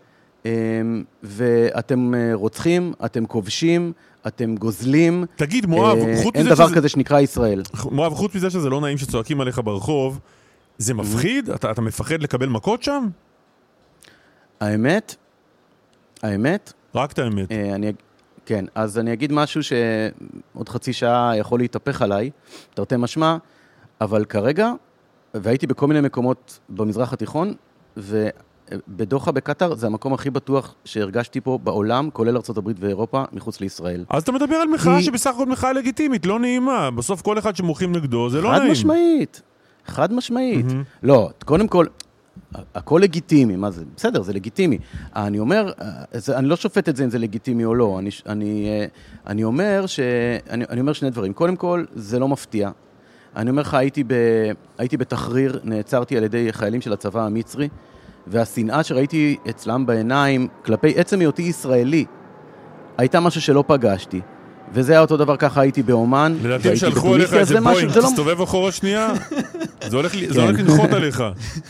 Speaker 9: ואתם רוצחים, אתם כובשים, אתם גוזלים.
Speaker 2: תגיד, מואב,
Speaker 9: חוץ מזה אין דבר כזה שנקרא ישראל.
Speaker 2: מואב, חוץ מזה שזה לא נעים שצועקים עליך ברחוב, זה מפחיד? אתה, אתה מפחד לקבל מכות שם?
Speaker 9: האמת, האמת.
Speaker 2: רק את האמת.
Speaker 9: אני, כן, אז אני אגיד משהו שעוד חצי שעה יכול להתהפך עליי, תרתי משמע, אבל כרגע, והייתי בכל מיני מקומות במזרח התיכון, ו... בדוחה בקטר זה המקום הכי בטוח שהרגשתי פה בעולם, כולל ארצות הברית ואירופה, מחוץ לישראל.
Speaker 2: אז אתה מדבר על מחאה שבסך הכל מחאה לגיטימית, לא נעימה. בסוף כל אחד שמוחים נגדו, זה לא נעים.
Speaker 9: חד משמעית, חד משמעית. לא, קודם כל, הכל לגיטימי, מה זה? בסדר, זה לגיטימי. אני אומר, אני לא שופט את זה אם זה לגיטימי או לא. אני, אני, אני אומר ש, אני, אני אומר שני דברים. קודם כל, זה לא מפתיע. אני אומר לך, הייתי ב, הייתי בתחריר, נעצרתי על ידי חיילים של הצבא המצרי, והשנאה שראיתי אצלם בעיניים, כלפי עצם היותי ישראלי, הייתה משהו שלא פגשתי. וזה היה אותו דבר, ככה הייתי באומן.
Speaker 2: לדעתי שלחו עליך איזה בוינג, תסתובב אחורה שנייה, זה הולך לנחות עליך.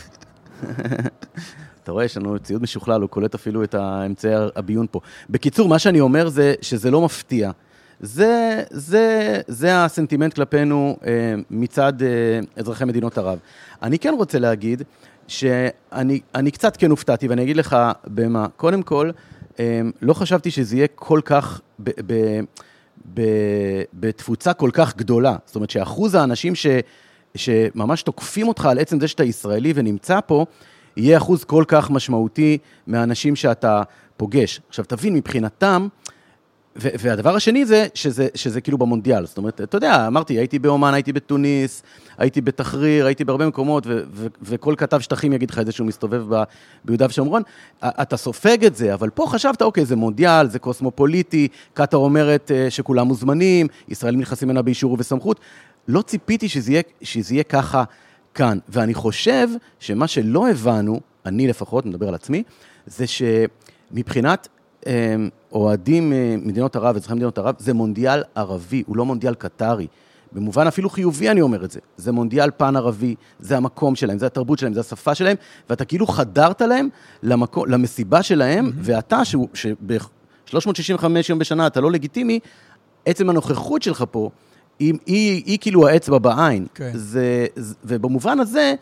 Speaker 9: אתה רואה, יש לנו ציוד משוכלל, הוא קולט אפילו את האמצעי הביון פה. בקיצור, מה שאני אומר זה שזה לא מפתיע. זה, זה, זה הסנטימנט כלפינו מצד אזרחי מדינות ערב. אני כן רוצה להגיד, שאני אני קצת כן הופתעתי, ואני אגיד לך במה. קודם כל, לא חשבתי שזה יהיה כל כך, ב, ב, ב, בתפוצה כל כך גדולה. זאת אומרת שאחוז האנשים ש, שממש תוקפים אותך על עצם זה שאתה ישראלי ונמצא פה, יהיה אחוז כל כך משמעותי מהאנשים שאתה פוגש. עכשיו תבין, מבחינתם, והדבר השני זה שזה, שזה כאילו במונדיאל. זאת אומרת, אתה יודע, אמרתי, הייתי באומן, הייתי בתוניס, הייתי בתחריר, הייתי בהרבה מקומות, ו- ו- וכל כתב שטחים יגיד לך את זה שהוא מסתובב ב- ביהודה ושומרון. אתה סופג את זה, אבל פה חשבת, אוקיי, זה מונדיאל, זה קוסמופוליטי, קטר אומרת שכולם מוזמנים, ישראל נכנסים ממנה באישור ובסמכות. לא ציפיתי שזה יהיה, שזה יהיה ככה כאן. ואני חושב שמה שלא הבנו, אני לפחות, מדבר על עצמי, זה שמבחינת אוהדים מדינות ערב, אזרחי מדינות ערב, זה מונדיאל ערבי, הוא לא מונדיאל קטרי. במובן אפילו חיובי אני אומר את זה. זה מונדיאל פן ערבי, זה המקום שלהם, זה התרבות שלהם, זה השפה שלהם, ואתה כאילו חדרת להם למקום, למסיבה שלהם, mm-hmm. ואתה, שב-שלוש מאות שישים וחמש יום בשנה אתה לא לגיטימי, עצם הנוכחות שלך פה, היא, היא, היא כאילו האצבע בעין. Okay. זה, ובמובן הזה,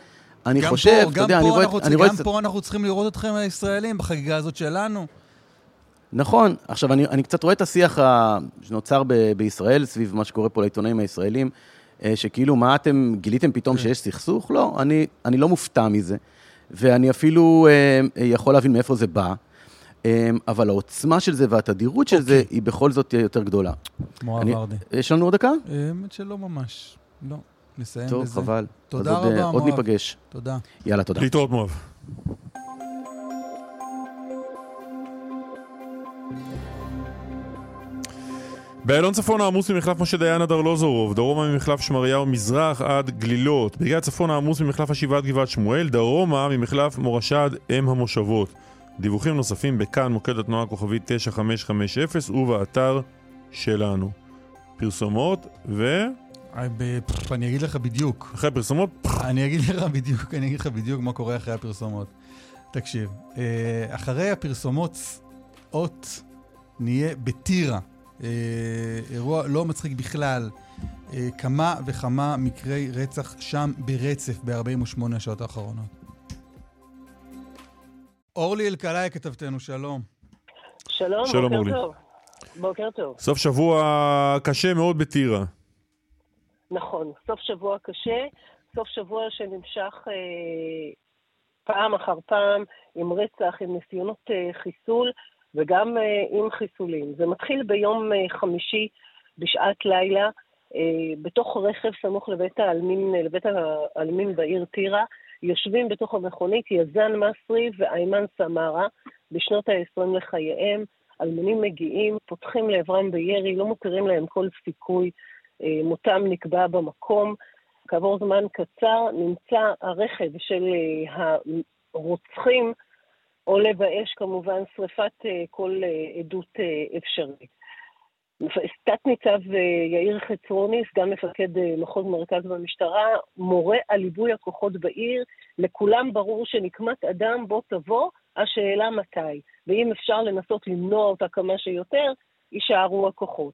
Speaker 9: אני חושב, אתה יודע, אני רואה...
Speaker 3: גם פה אנחנו צריכים לראות אתכם הישראלים בחגיגה הזאת שלנו.
Speaker 9: נכון. עכשיו, אני, אני קצת רואה את השיח שנוצר ב- בישראל, סביב מה שקורה פה לעיתונאים הישראלים, שכאילו, מה אתם גיליתם פתאום שיש סכסוך? לא, אני, אני לא מופתע מזה, ואני אפילו יכול להבין מאיפה זה בא, אבל העוצמה של זה והתדירות של זה, היא בכל זאת יותר גדולה.
Speaker 3: כמו עברדי.
Speaker 9: יש לנו עוד דקה?
Speaker 3: האמת שלא ממש. לא, נסיים בזה.
Speaker 9: טוב, חבל.
Speaker 3: תודה רבה, מואב.
Speaker 9: עוד ניפגש.
Speaker 3: תודה.
Speaker 9: יאללה, תודה.
Speaker 2: להתראות, מואב. באלון צפון העמוס ממחלף משה דיין עד ארלוזורוב, דרומה ממחלף שמריהו מזרח עד גלילות, בגלל צפון העמוס ממחלף השבעה עד גבעת שמואל, דרומה ממחלף מורשה עד אם המושבות. דיווחים נוספים בכאן מוקד התנועה כוכבית תשע חמש חמש אפס ובאתר שלנו. פרסומות ו...
Speaker 3: אני אגיד לך בדיוק.
Speaker 2: אחרי הפרסומות?
Speaker 3: אני אגיד לך בדיוק, אני אגיד לך בדיוק מה קורה אחרי הפרסומות. תקשיב, אחרי הפרסומות אות נהיה בטירה. אירוע לא מצחיק בכלל. כמה וכמה מקרי רצח שם ברצף ב-ארבעים ושמונה השעות האחרונות. אורלי אלקלעי כתבתנו, שלום.
Speaker 10: שלום,
Speaker 2: שלום
Speaker 10: בוקר
Speaker 2: אורלי.
Speaker 10: טוב. בוקר טוב.
Speaker 2: סוף שבוע קשה מאוד בטירה.
Speaker 10: נכון, סוף שבוע קשה, סוף שבוע שנמשך אה, פעם אחר פעם עם רצח, עם ניסיונות אה, חיסול וגם אה, עם חיסולים. זה מתחיל ביום אה, חמישי בשעת לילה, אה, בתוך רכב סמוך לבית העלמין, לבית העלמין בעיר טירה, יושבים בתוך המכונית יזן מסרי ואיימן סמרה בשנות ה-עשרים לחייהם, אלמונים מגיעים, פותחים לעברם בירי, לא מותירים להם כל סיכוי, מותם נקבע במקום. כעבור זמן קצר נמצא הרכב של הרוצחים, עולה באש כמובן שריפת כל עדות אפשרית. תת ניצב יאיר חצרוני, סגן מפקד מחוז מרכז במשטרה, מורה על ליווי הכוחות בעיר, לכולם ברור שנקמת אדם בו תבוא, השאלה מתי, ואם אפשר לנסות למנוע אותה כמה שיותר, יישארו הכוחות.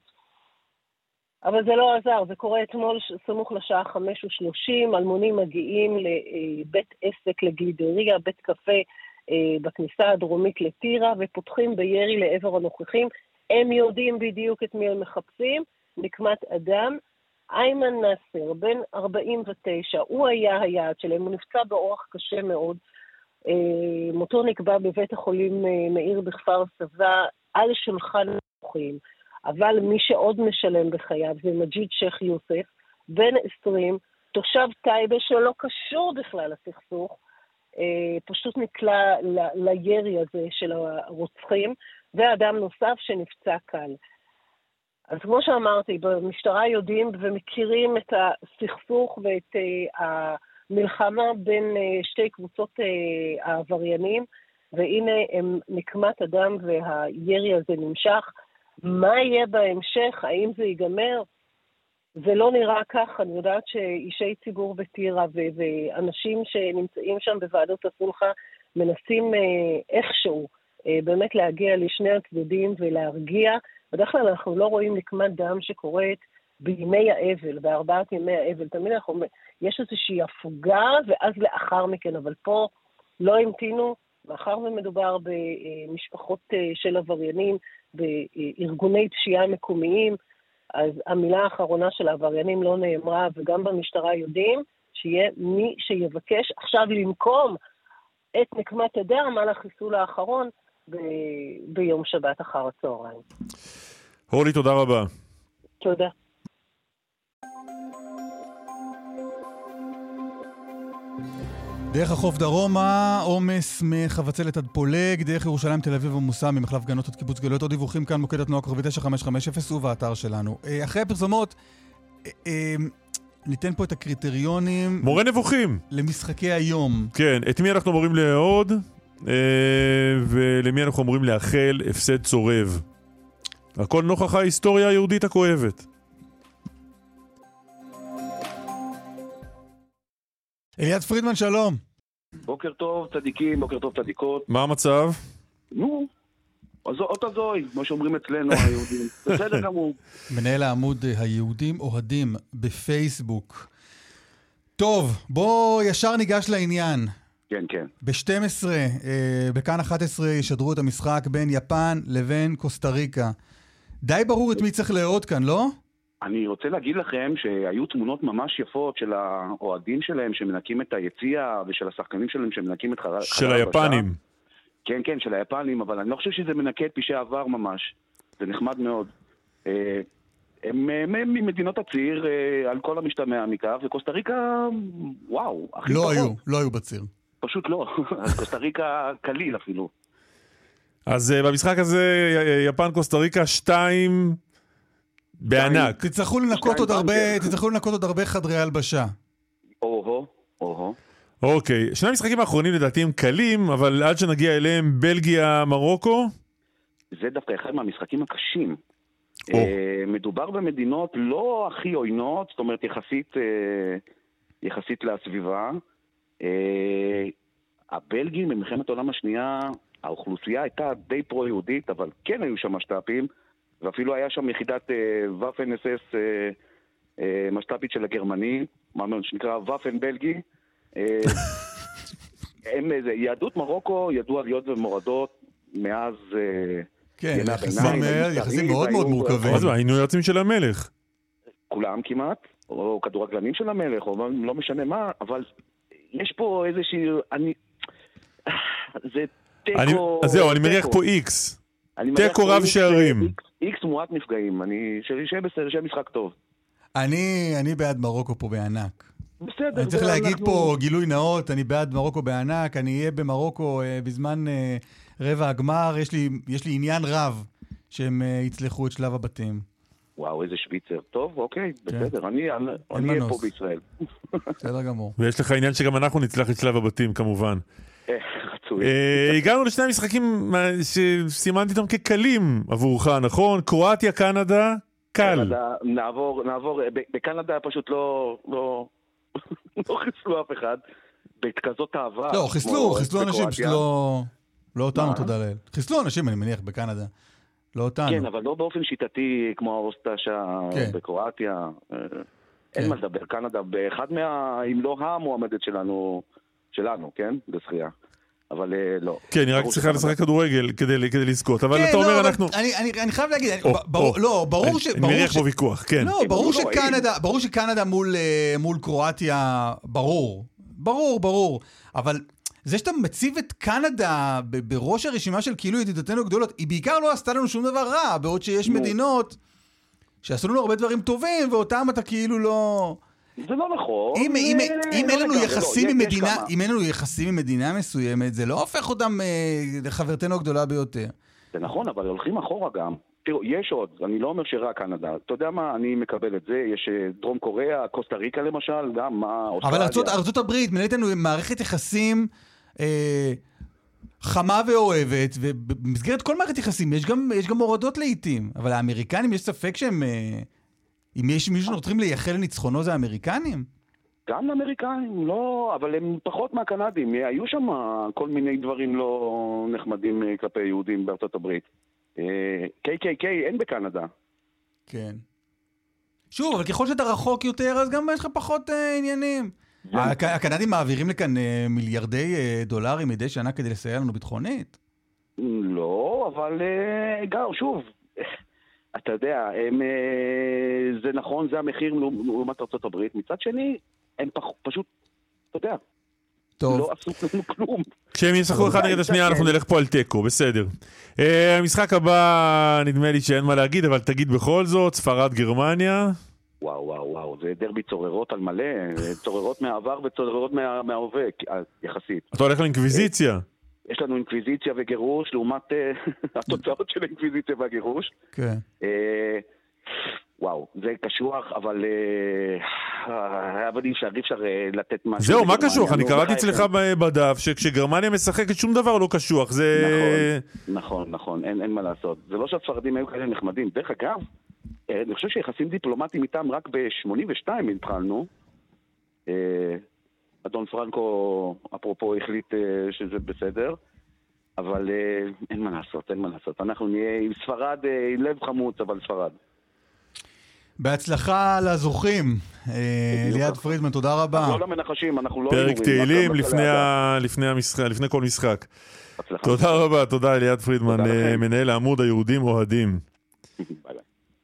Speaker 10: אבל זה לא עזר, זה קורה אתמול סמוך לשעה חמש ושלושים, אלמונים מגיעים לבית עסק לגלידריה, בית קפה בכניסה הדרומית לטירה, ופותחים בירי לעבר הנוכחים, הם יודעים בדיוק את מי הם מחפשים, נקמת אדם, איימן נאסר, בן ארבעים ותשע, הוא היה היעד שלהם, הוא נפצע באורח קשה מאוד, מותו נקבע בבית החולים מאיר בכפר סבא, על שולחן מוחים, אבל מי שעוד משלם בחייו זה מג'יד שייח יוסף, בן עשרים, תושב טייבה שלא קשור בכלל לסכסוך, פשוט נקלע לירי הזה של הרוצחים, ואדם נוסף שנפצע קל. אז כמו שאמרתי, במשטרה יודעים ומכירים את הסכסוך ואת המלחמה בין שתי קבוצות העבריינים, והנה הם נקמת אדם והירי הזה נמשך. מה יהיה בהמשך? האם זה ייגמר? זה לא נראה כך. אני יודעת שאישי ציבור בטירה ואנשים שנמצאים שם בוועדות הסולחה מנסים איכשהו באמת להגיע לשני הצדדים ולהרגיע. בדרך כלל אנחנו לא רואים נקמת דם שקורית בימי האבל, בארבעת ימי האבל. תמיד אנחנו, יש איזושהי הפוגה ואז לאחר מכן, אבל פה לא המתינו, מאחר ומדובר במשפחות של עבריינים, בארגוני פשיעה מקומיים, אז המילה האחרונה של העבריינים לא נאמרה, וגם במשטרה יודעים שיהיה מי שיבקש עכשיו למקום את נקמת הדם על החיסול האחרון ב... ביום שבת אחר הצהריים.
Speaker 2: אורלי, תודה רבה.
Speaker 10: תודה.
Speaker 3: דרך החוף דרומה, עומס מחבצלת עד פולג, דרך ירושלים תל אביב עמוסה ממחלף גנות עד קיבוץ גלויות. עוד דיווחים כאן מוקד התנועה כוכבית תשע חמש חמש אפס ובאתר שלנו. אחרי הפרסומות, ניתן פה את הקריטריונים...
Speaker 2: מורה נבוכים.
Speaker 3: למשחקי היום.
Speaker 2: כן, את מי אנחנו אמורים לעוד, ולמי אנחנו אמורים לאחל הפסד צורב. הכל נוכח ההיסטוריה היהודית הכואבת.
Speaker 3: אליעד פרידמן, שלום.
Speaker 11: בוקר טוב, צדיקים, בוקר טוב, צדיקות.
Speaker 2: מה המצב?
Speaker 11: נו, עוד הזוי, מה שאומרים אצלנו היהודים. בסדר גמור.
Speaker 3: מנהל העמוד היהודים אוהדים בפייסבוק. טוב, בוא ישר ניגש לעניין.
Speaker 11: כן, כן.
Speaker 3: ב-שתים עשרה, אה, בכאן אחת עשרה ישדרו את המשחק בין יפן לבין קוסטה ריקה. די ברור את מי צריך לראות כאן, לא?
Speaker 11: אני רוצה להגיד לכם שהיו תמונות ממש יפות של האוהדים שלהם שמנקים את היציאה, ושל השחקנים שלהם שמנקים את חדר הלבשה.
Speaker 2: של היפנים.
Speaker 11: כן, כן, של היפנים, אבל אני לא חושב שזה מנקה את פשעי העבר ממש. זה נחמד מאוד. הם ממדינות הציר על כל המשתמע מכך, וקוסטה ריקה, וואו, הכי
Speaker 3: לא
Speaker 11: טוב.
Speaker 3: היו, לא היו בציר.
Speaker 11: פשוט לא. אז קוסטה ריקה קליל אפילו.
Speaker 2: אז במשחק הזה, יפן קוסטה ריקה שתיים בענק.
Speaker 3: תצטרכו לנקות עוד הרבה, תצטרכו לנקות עוד הרבה חדרי הלבשה.
Speaker 11: או-הו, או-הו.
Speaker 2: אוקיי, שני המשחקים האחרונים לדעתי הם קלים, אבל עד שנגיע אליהם, בלגיה, מרוקו?
Speaker 11: זה דווקא אחד מהמשחקים הקשים. Oh. מדובר במדינות לא הכי עוינות, זאת אומרת יחסית, יחסית לסביבה. הבלגים במלחמת העולם השנייה, האוכלוסייה הייתה די פרו-יהודית, אבל כן היו שם משת"פים, ואפילו היה שם יחידת וואפן אס אס משת"פית של הגרמני, מה שנקרא וואפן בלגי. הם, יהדות מרוקו ידעו עליות ומורדות מאז...
Speaker 3: כן, יחסים מאוד מאוד מורכבים.
Speaker 2: אז היינו יועצים של המלך.
Speaker 11: כולם כמעט, או כדורגלנים של המלך, או לא משנה מה, אבל יש פה איזושהי... זה טקו...
Speaker 2: אז זהו, אני מריח פה איקס. טקו רב שערים.
Speaker 11: איקס מועט נפגעים, שיהיה בסדר, שיהיה משחק טוב.
Speaker 3: אני בעד מרוקו פה בענק.
Speaker 11: בסדר.
Speaker 3: אני צריך להגיד פה גילוי נאות, אני בעד מרוקו בענק, אני אהיה במרוקו בזמן רבע הגמר, יש לי, יש לי עניין רב שהם יצלחו את שלב הבתים.
Speaker 11: וואו, איזה שוויצר. טוב, אוקיי, בסדר, אני אהיה פה בישראל.
Speaker 3: בסדר גמור.
Speaker 2: ויש לך עניין שגם אנחנו נצלח את שלב הבתים, כמובן.
Speaker 11: רצוי.
Speaker 2: הגענו לשני המשחקים שסימנתי אותם כקלים עבורך, נכון? קרואטיה, קנדה, קל.
Speaker 11: נעבור, נעבור, בקנדה פשוט לא... לא חיסלו אף אחד, בכזאת אהבה.
Speaker 3: לא, חיסלו, חיסלו אנשים, פשוט לא... לא אותנו, תודה לאל. חיסלו אנשים, אני מניח, בקנדה. לא אותנו.
Speaker 11: כן, אבל לא באופן שיטתי, כמו האוסטשה בקרואטיה. אין מה לדבר, קנדה, באחד מה... אם לא המועמדת שלנו, שלנו, כן? בשחייה. אבל לא.
Speaker 2: כן, היא רק צריכה לשחק כדורגל כדי לזכות. אבל אתה אומר, אנחנו...
Speaker 3: אני חייב להגיד, לא, ברור ש...
Speaker 2: אני מריח בו ויכוח, כן.
Speaker 3: לא, ברור שקנדה מול קרואטיה, ברור. ברור, ברור. אבל זה שאתה מציב את קנדה בראש הרשימה של כאילו ידידותינו גדולות, היא בעיקר לא עשתה לנו שום דבר רע, בעוד שיש מדינות שעשו לנו הרבה דברים טובים, ואותם אתה כאילו לא...
Speaker 11: זה לא נכון.
Speaker 3: אם, אם, אם אין לנו יחסים עם מדינה, אם אין לנו יחסים עם מדינה מסוימת, זה לא הופך אותם לחברתנו הגדולה ביותר.
Speaker 11: זה נכון, אבל הולכים אחורה גם. תראו, יש עוד, אני לא אומר שרק קנדה. אתה יודע מה, אני מקבל את זה. יש דרום קוריאה, קוסטה ריקה למשל, גם מה...
Speaker 3: אבל ארצות, ארצות הברית מנהלת לנו מערכת יחסים אה, חמה ואוהבת, ובמסגרת כל מערכת יחסים יש גם, יש גם הורדות לעתים. אבל האמריקנים, יש ספק שהם... אה, אם יש מישהו שנותרים לייחל לניצחונו זה האמריקנים?
Speaker 11: גם לאמריקאים, לא, אבל הם פחות מהקנדים. היו שם כל מיני דברים לא נחמדים כלפי יהודים בארצות הברית. קיי קיי קיי אין בקנדה.
Speaker 3: כן. שוב, אבל ככל שאתה רחוק יותר, אז גם יש לך פחות עניינים. הקנדים מעבירים לכאן מיליארדי דולרים מדי שנה כדי לסייע לנו ביטחונית?
Speaker 11: לא, אבל גם, שוב... אתה יודע, הם, זה נכון, זה המחיר לעומת ארצות הברית. מצד שני, הם פח, פשוט, אתה יודע,
Speaker 3: טוב.
Speaker 11: לא עשו לנו כלום.
Speaker 2: כשהם ישחקו אחד נגד השנייה, אנחנו נלך פה על טקו, בסדר. המשחק הבא, נדמה לי שאין מה להגיד, אבל תגיד בכל זאת, ספרד גרמניה.
Speaker 11: וואו, וואו, וואו, זה דרבי צוררות על מלא, צוררות מהעבר וצוררות מה, מההווה, יחסית.
Speaker 2: אתה הולך לאינקוויזיציה.
Speaker 11: יש לנו אינקוויזיציה וגירוש, לעומת התוצאות של האינקוויזיציה והגירוש.
Speaker 3: כן.
Speaker 11: וואו, זה קשוח, אבל אבל אי אפשר, אי אפשר לתת משהו.
Speaker 2: זהו, מה קשוח? אני קראתי אצלך בדף, שכשגרמניה משחקת שום דבר לא קשוח.
Speaker 11: נכון, נכון, נכון, אין מה לעשות. זה לא שהספרדים היו כאלה נחמדים. דרך אגב, אני חושב שיחסים דיפלומטיים איתם רק ב-שמונים ושתיים התחלנו. אדון פרנקו, אפרופו, החליט שזה בסדר, אבל אין מה לעשות, אין מה לעשות. אנחנו נהיה עם ספרד, עם לב חמוץ, אבל ספרד.
Speaker 3: בהצלחה לזוכים. אליעד פרידמן, תודה רבה.
Speaker 11: לא למנחשים, אנחנו לא...
Speaker 2: פרק תהילים לפני כל משחק. תודה רבה, תודה אליעד פרידמן, מנהל העמוד היהודים אוהדים. ביי.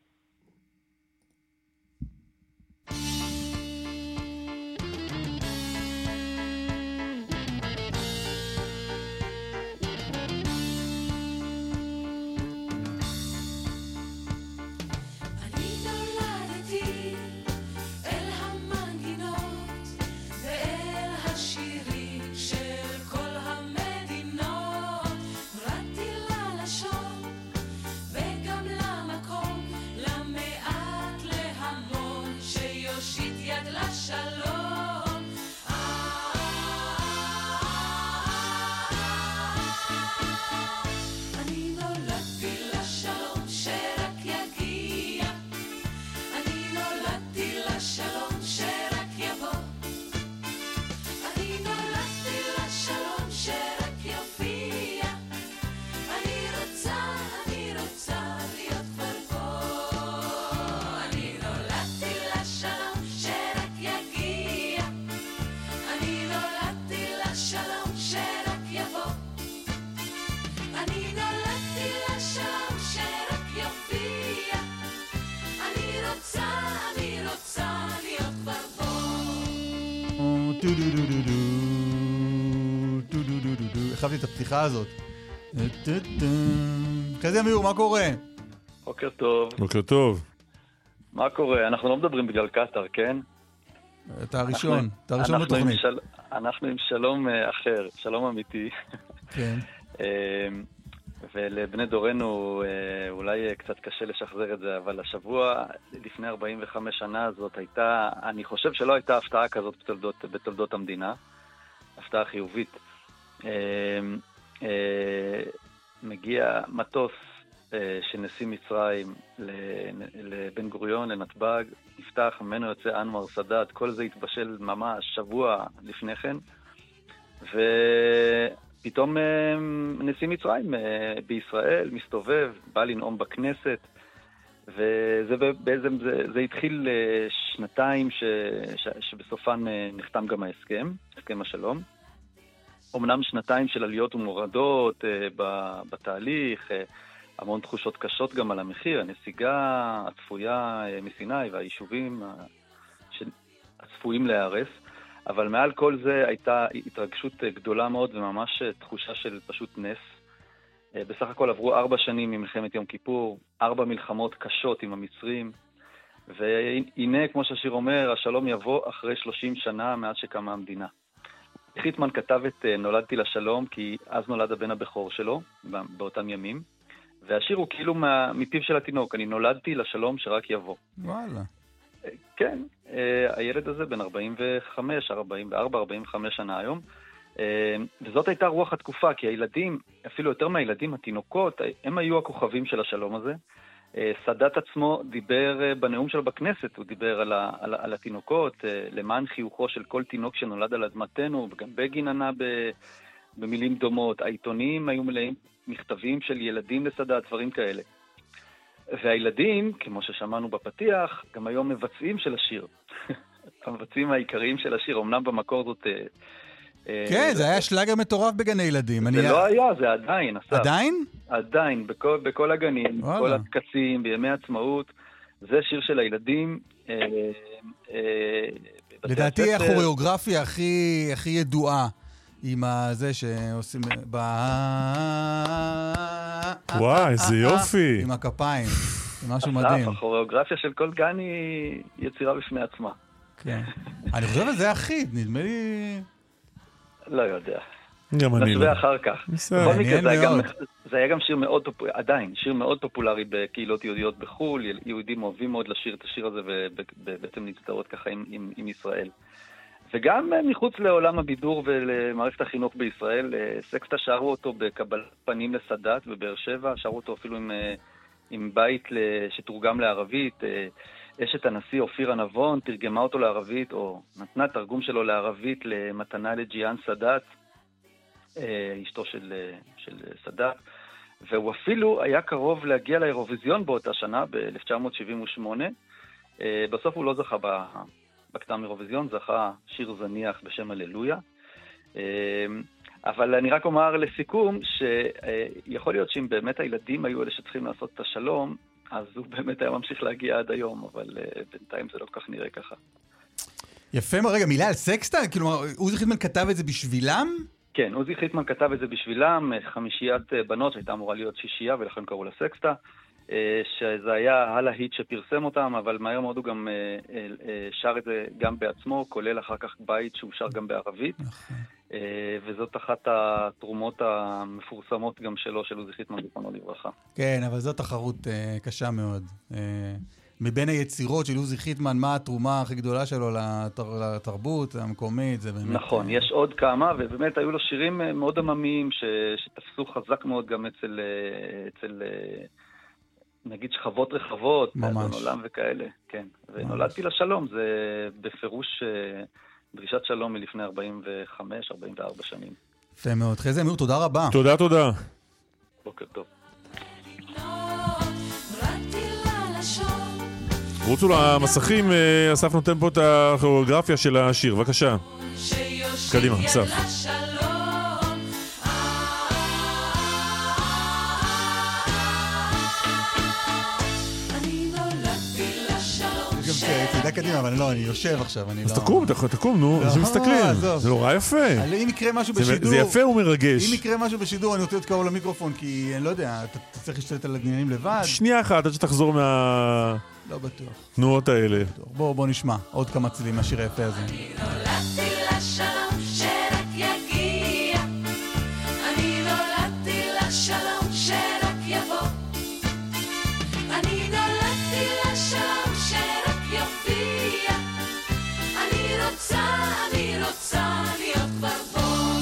Speaker 3: החלפתי את הפתיחה הזאת. חזי אמיר, מה קורה?
Speaker 12: בוקר טוב.
Speaker 2: בוקר טוב.
Speaker 12: מה קורה? אנחנו לא מדברים בגלל קטר, כן?
Speaker 3: אתה הראשון, אתה הראשון בתוכנית.
Speaker 12: אנחנו עם שלום אחר, שלום אמיתי.
Speaker 3: כן.
Speaker 12: ולבני דורנו אולי קצת קשה לשחזר את זה, אבל השבוע לפני ארבעים וחמש שנה הזאת הייתה, אני חושב שלא הייתה הפתעה כזאת בתולדות, בתולדות המדינה, הפתעה חיובית. מגיע מטוס של נשיא מצרים לבן גוריון, לנתב"ג, נפתח, ממנו יוצא אנואר סאדאת, כל זה התבשל ממש שבוע לפני כן, ו... פתאום נשיא מצרים בישראל מסתובב, בא לנאום בכנסת, וזה בעצם, זה, זה התחיל שנתיים ש, ש, שבסופן נחתם גם ההסכם, הסכם השלום. אמנם שנתיים של עליות ומורדות בתהליך, המון תחושות קשות גם על המחיר, הנסיגה הצפויה מסיני והיישובים הצפויים להיהרס, אבל מעל כל זה הייתה התרגשות גדולה מאוד וממש תחושה של פשוט נס. בסך הכל עברו ארבע שנים ממלחמת יום כיפור, ארבע מלחמות קשות עם המצרים, והנה, כמו שהשיר אומר, השלום יבוא אחרי שלושים שנה מאז שקמה המדינה. חיטמן כתב את נולדתי לשלום, כי אז נולד הבן הבכור שלו, באותם ימים, והשיר הוא כאילו מפיו של התינוק, אני נולדתי לשלום שרק יבוא.
Speaker 3: וואלה.
Speaker 12: כן, הילד הזה בן ארבעים וחמש, ארבעים וארבע, ארבעים וחמש שנה היום, וזאת הייתה רוח התקופה, כי הילדים, אפילו יותר מהילדים, התינוקות, הם היו הכוכבים של השלום הזה. סאדאת עצמו דיבר בנאום שלו בכנסת, הוא דיבר על, ה, על, על התינוקות, למען חיוכו של כל תינוק שנולד על אדמתנו, וגם בגין ענה ב, במילים דומות. העיתונים היו מלאים מכתבים של ילדים לסאדאת, דברים כאלה. והילדים, כמו ששמענו בפתיח, גם היום מבצעים של השיר. המבצעים העיקריים של השיר, אמנם במקור זאת...
Speaker 3: כן, זה היה שלאגר מטורף בגני ילדים.
Speaker 12: זה לא היה, זה עדיין.
Speaker 3: עדיין?
Speaker 12: עדיין, בכל הגנים, בכל התקצים, בימי עצמאות. זה שיר של הילדים.
Speaker 3: לדעתי הכוריאוגרפיה הכי ידועה עם זה שעושים...
Speaker 2: וואי, איזה יופי.
Speaker 3: עם הכפיים, זה משהו מדהים.
Speaker 12: הכוריאוגרפיה של כל גן היא יצירה בפני עצמה.
Speaker 3: כן. אני חושב על זה אחיד, נדמה לי...
Speaker 12: לא יודע.
Speaker 2: גם אני לא.
Speaker 12: נשווה אחר כך. בכל מקרה, זה היה גם שיר מאוד פופולרי, עדיין, שיר מאוד פופולרי בקהילות יהודיות בחול, יהודים אוהבים מאוד לשיר את השיר הזה ובעצם להצטרות ככה עם, עם ישראל. וגם מחוץ לעולם הבידור ולמערכת החינוך בישראל, סקסטה שרו אותו בקבלת פנים לסאדאת בבאר שבע, שרו אותו אפילו עם, עם בית שתורגם לערבית, אשת הנשיא אופירה נבון תרגמה אותו לערבית, או נתנה תרגום שלו לערבית למתנה לג'יאן סאדאת, אשתו של, של סאדאת, והוא אפילו היה קרוב להגיע לאירוויזיון באותה שנה, ב-אלף תשע מאות שבעים ושמונה, בסוף הוא לא זכה בקטע אירוויזיון, זכה שיר זניח בשם הללויה. אבל אני רק אומר לסיכום, שיכול להיות שאם באמת הילדים היו אלה שצריכים לעשות את השלום, אז הוא באמת היה ממשיך להגיע עד היום, אבל בינתיים זה לא כל כך נראה ככה.
Speaker 3: יפה, רגע, מילה על סקסטה? כאילו, עוזי חיטמן כתב את זה בשבילם?
Speaker 12: כן, עוזי חיטמן כתב את זה בשבילם, חמישיית בנות שהייתה אמורה להיות שישייה, ולכן קראו לה סקסטה, שזה היה הלהיט שפרסם אותם, אבל מהר מאוד הוא גם שר את זה גם בעצמו, כולל אחר כך בית שהוא שר גם בערבית, וזאת אחת התרומות המפורסמות גם שלו, של עוזי חיטמן זיכרונו לברכה.
Speaker 3: כן, אבל זו תחרות קשה מאוד. מבין היצירות של עוזי חיטמן, מה התרומה הכי גדולה שלו לתרבות המקומית? זה באמת...
Speaker 12: נכון, יש עוד כמה, ובאמת היו לו שירים מאוד עממיים שתפסו חזק מאוד גם אצל, אצל נגיד שכבות רחבות, ממש. עולם וכאלה, כן. ונולדתי לשלום, זה בפירוש דרישת שלום מלפני ארבעים וחמש ארבעים וארבע שנים.
Speaker 3: יפה מאוד. חזי אמיר, תודה רבה.
Speaker 2: תודה, תודה.
Speaker 12: בוקר טוב.
Speaker 2: רוצו למסכים, אסף נותן פה את הכוריאוגרפיה של השיר, בבקשה. קדימה, אסף.
Speaker 3: תדע קדימה, אבל לא, אני יושב עכשיו, אני לא...
Speaker 2: אז תקום, תקום, נו, אנשים מסתכלים. זה נורא יפה.
Speaker 3: אם יקרה משהו בשידור...
Speaker 2: זה יפה ומרגש.
Speaker 3: אם יקרה משהו בשידור, אני רוצה להיות קרוב למיקרופון, כי אני לא יודע, אתה צריך להשתלט על העניינים לבד.
Speaker 2: שנייה אחת, עד שתחזור מה...
Speaker 3: לא בטוח.
Speaker 2: תנועות האלה.
Speaker 3: בואו, בואו נשמע עוד כמה צלילים מהשיר היפה הזה.
Speaker 13: אני נולדתי לשלום שרק יגיע, אני נולדתי לשלום שרק יבוא, אני נולדתי לשלום שרק יופיע, אני רוצה, אני רוצה להיות כבר בו.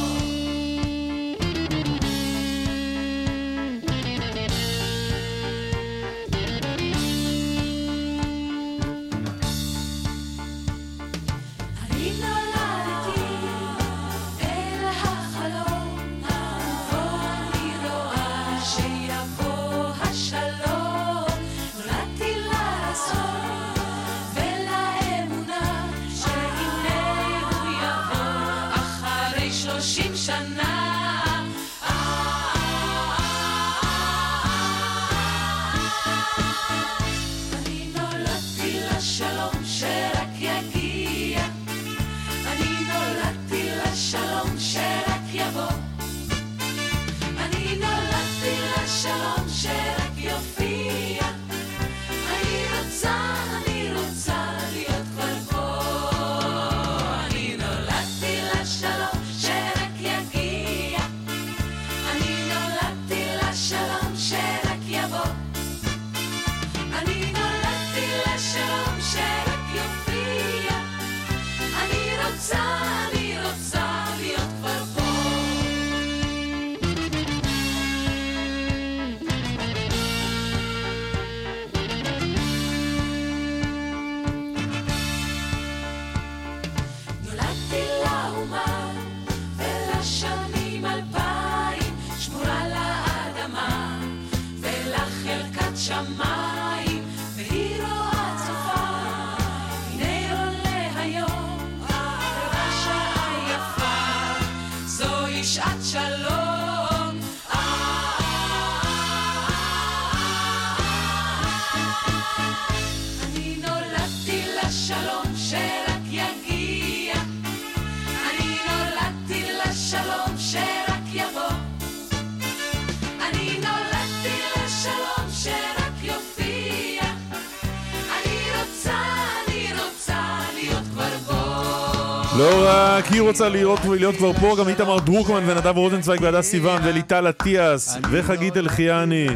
Speaker 2: לא רק היא רוצה להיות, להיות כבר פה, גם איתמר דרוקמן ונדב רוזנצוויג ועדה סיוון וליטל אטיאס וחגית אלחייני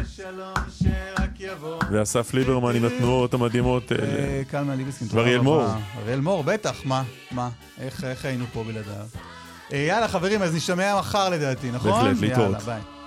Speaker 2: ואסף ליברמן עם התנועות המדהימות
Speaker 3: קלמן ליבסקין
Speaker 2: ואריאל מור
Speaker 3: אריאל מור, בטח, מה? מה? איך היינו פה בלעדיו? יאללה חברים, אז נשתמע מחר לדעתי, נכון?
Speaker 2: בהחלט, להתראות.
Speaker 3: יאללה, ביי.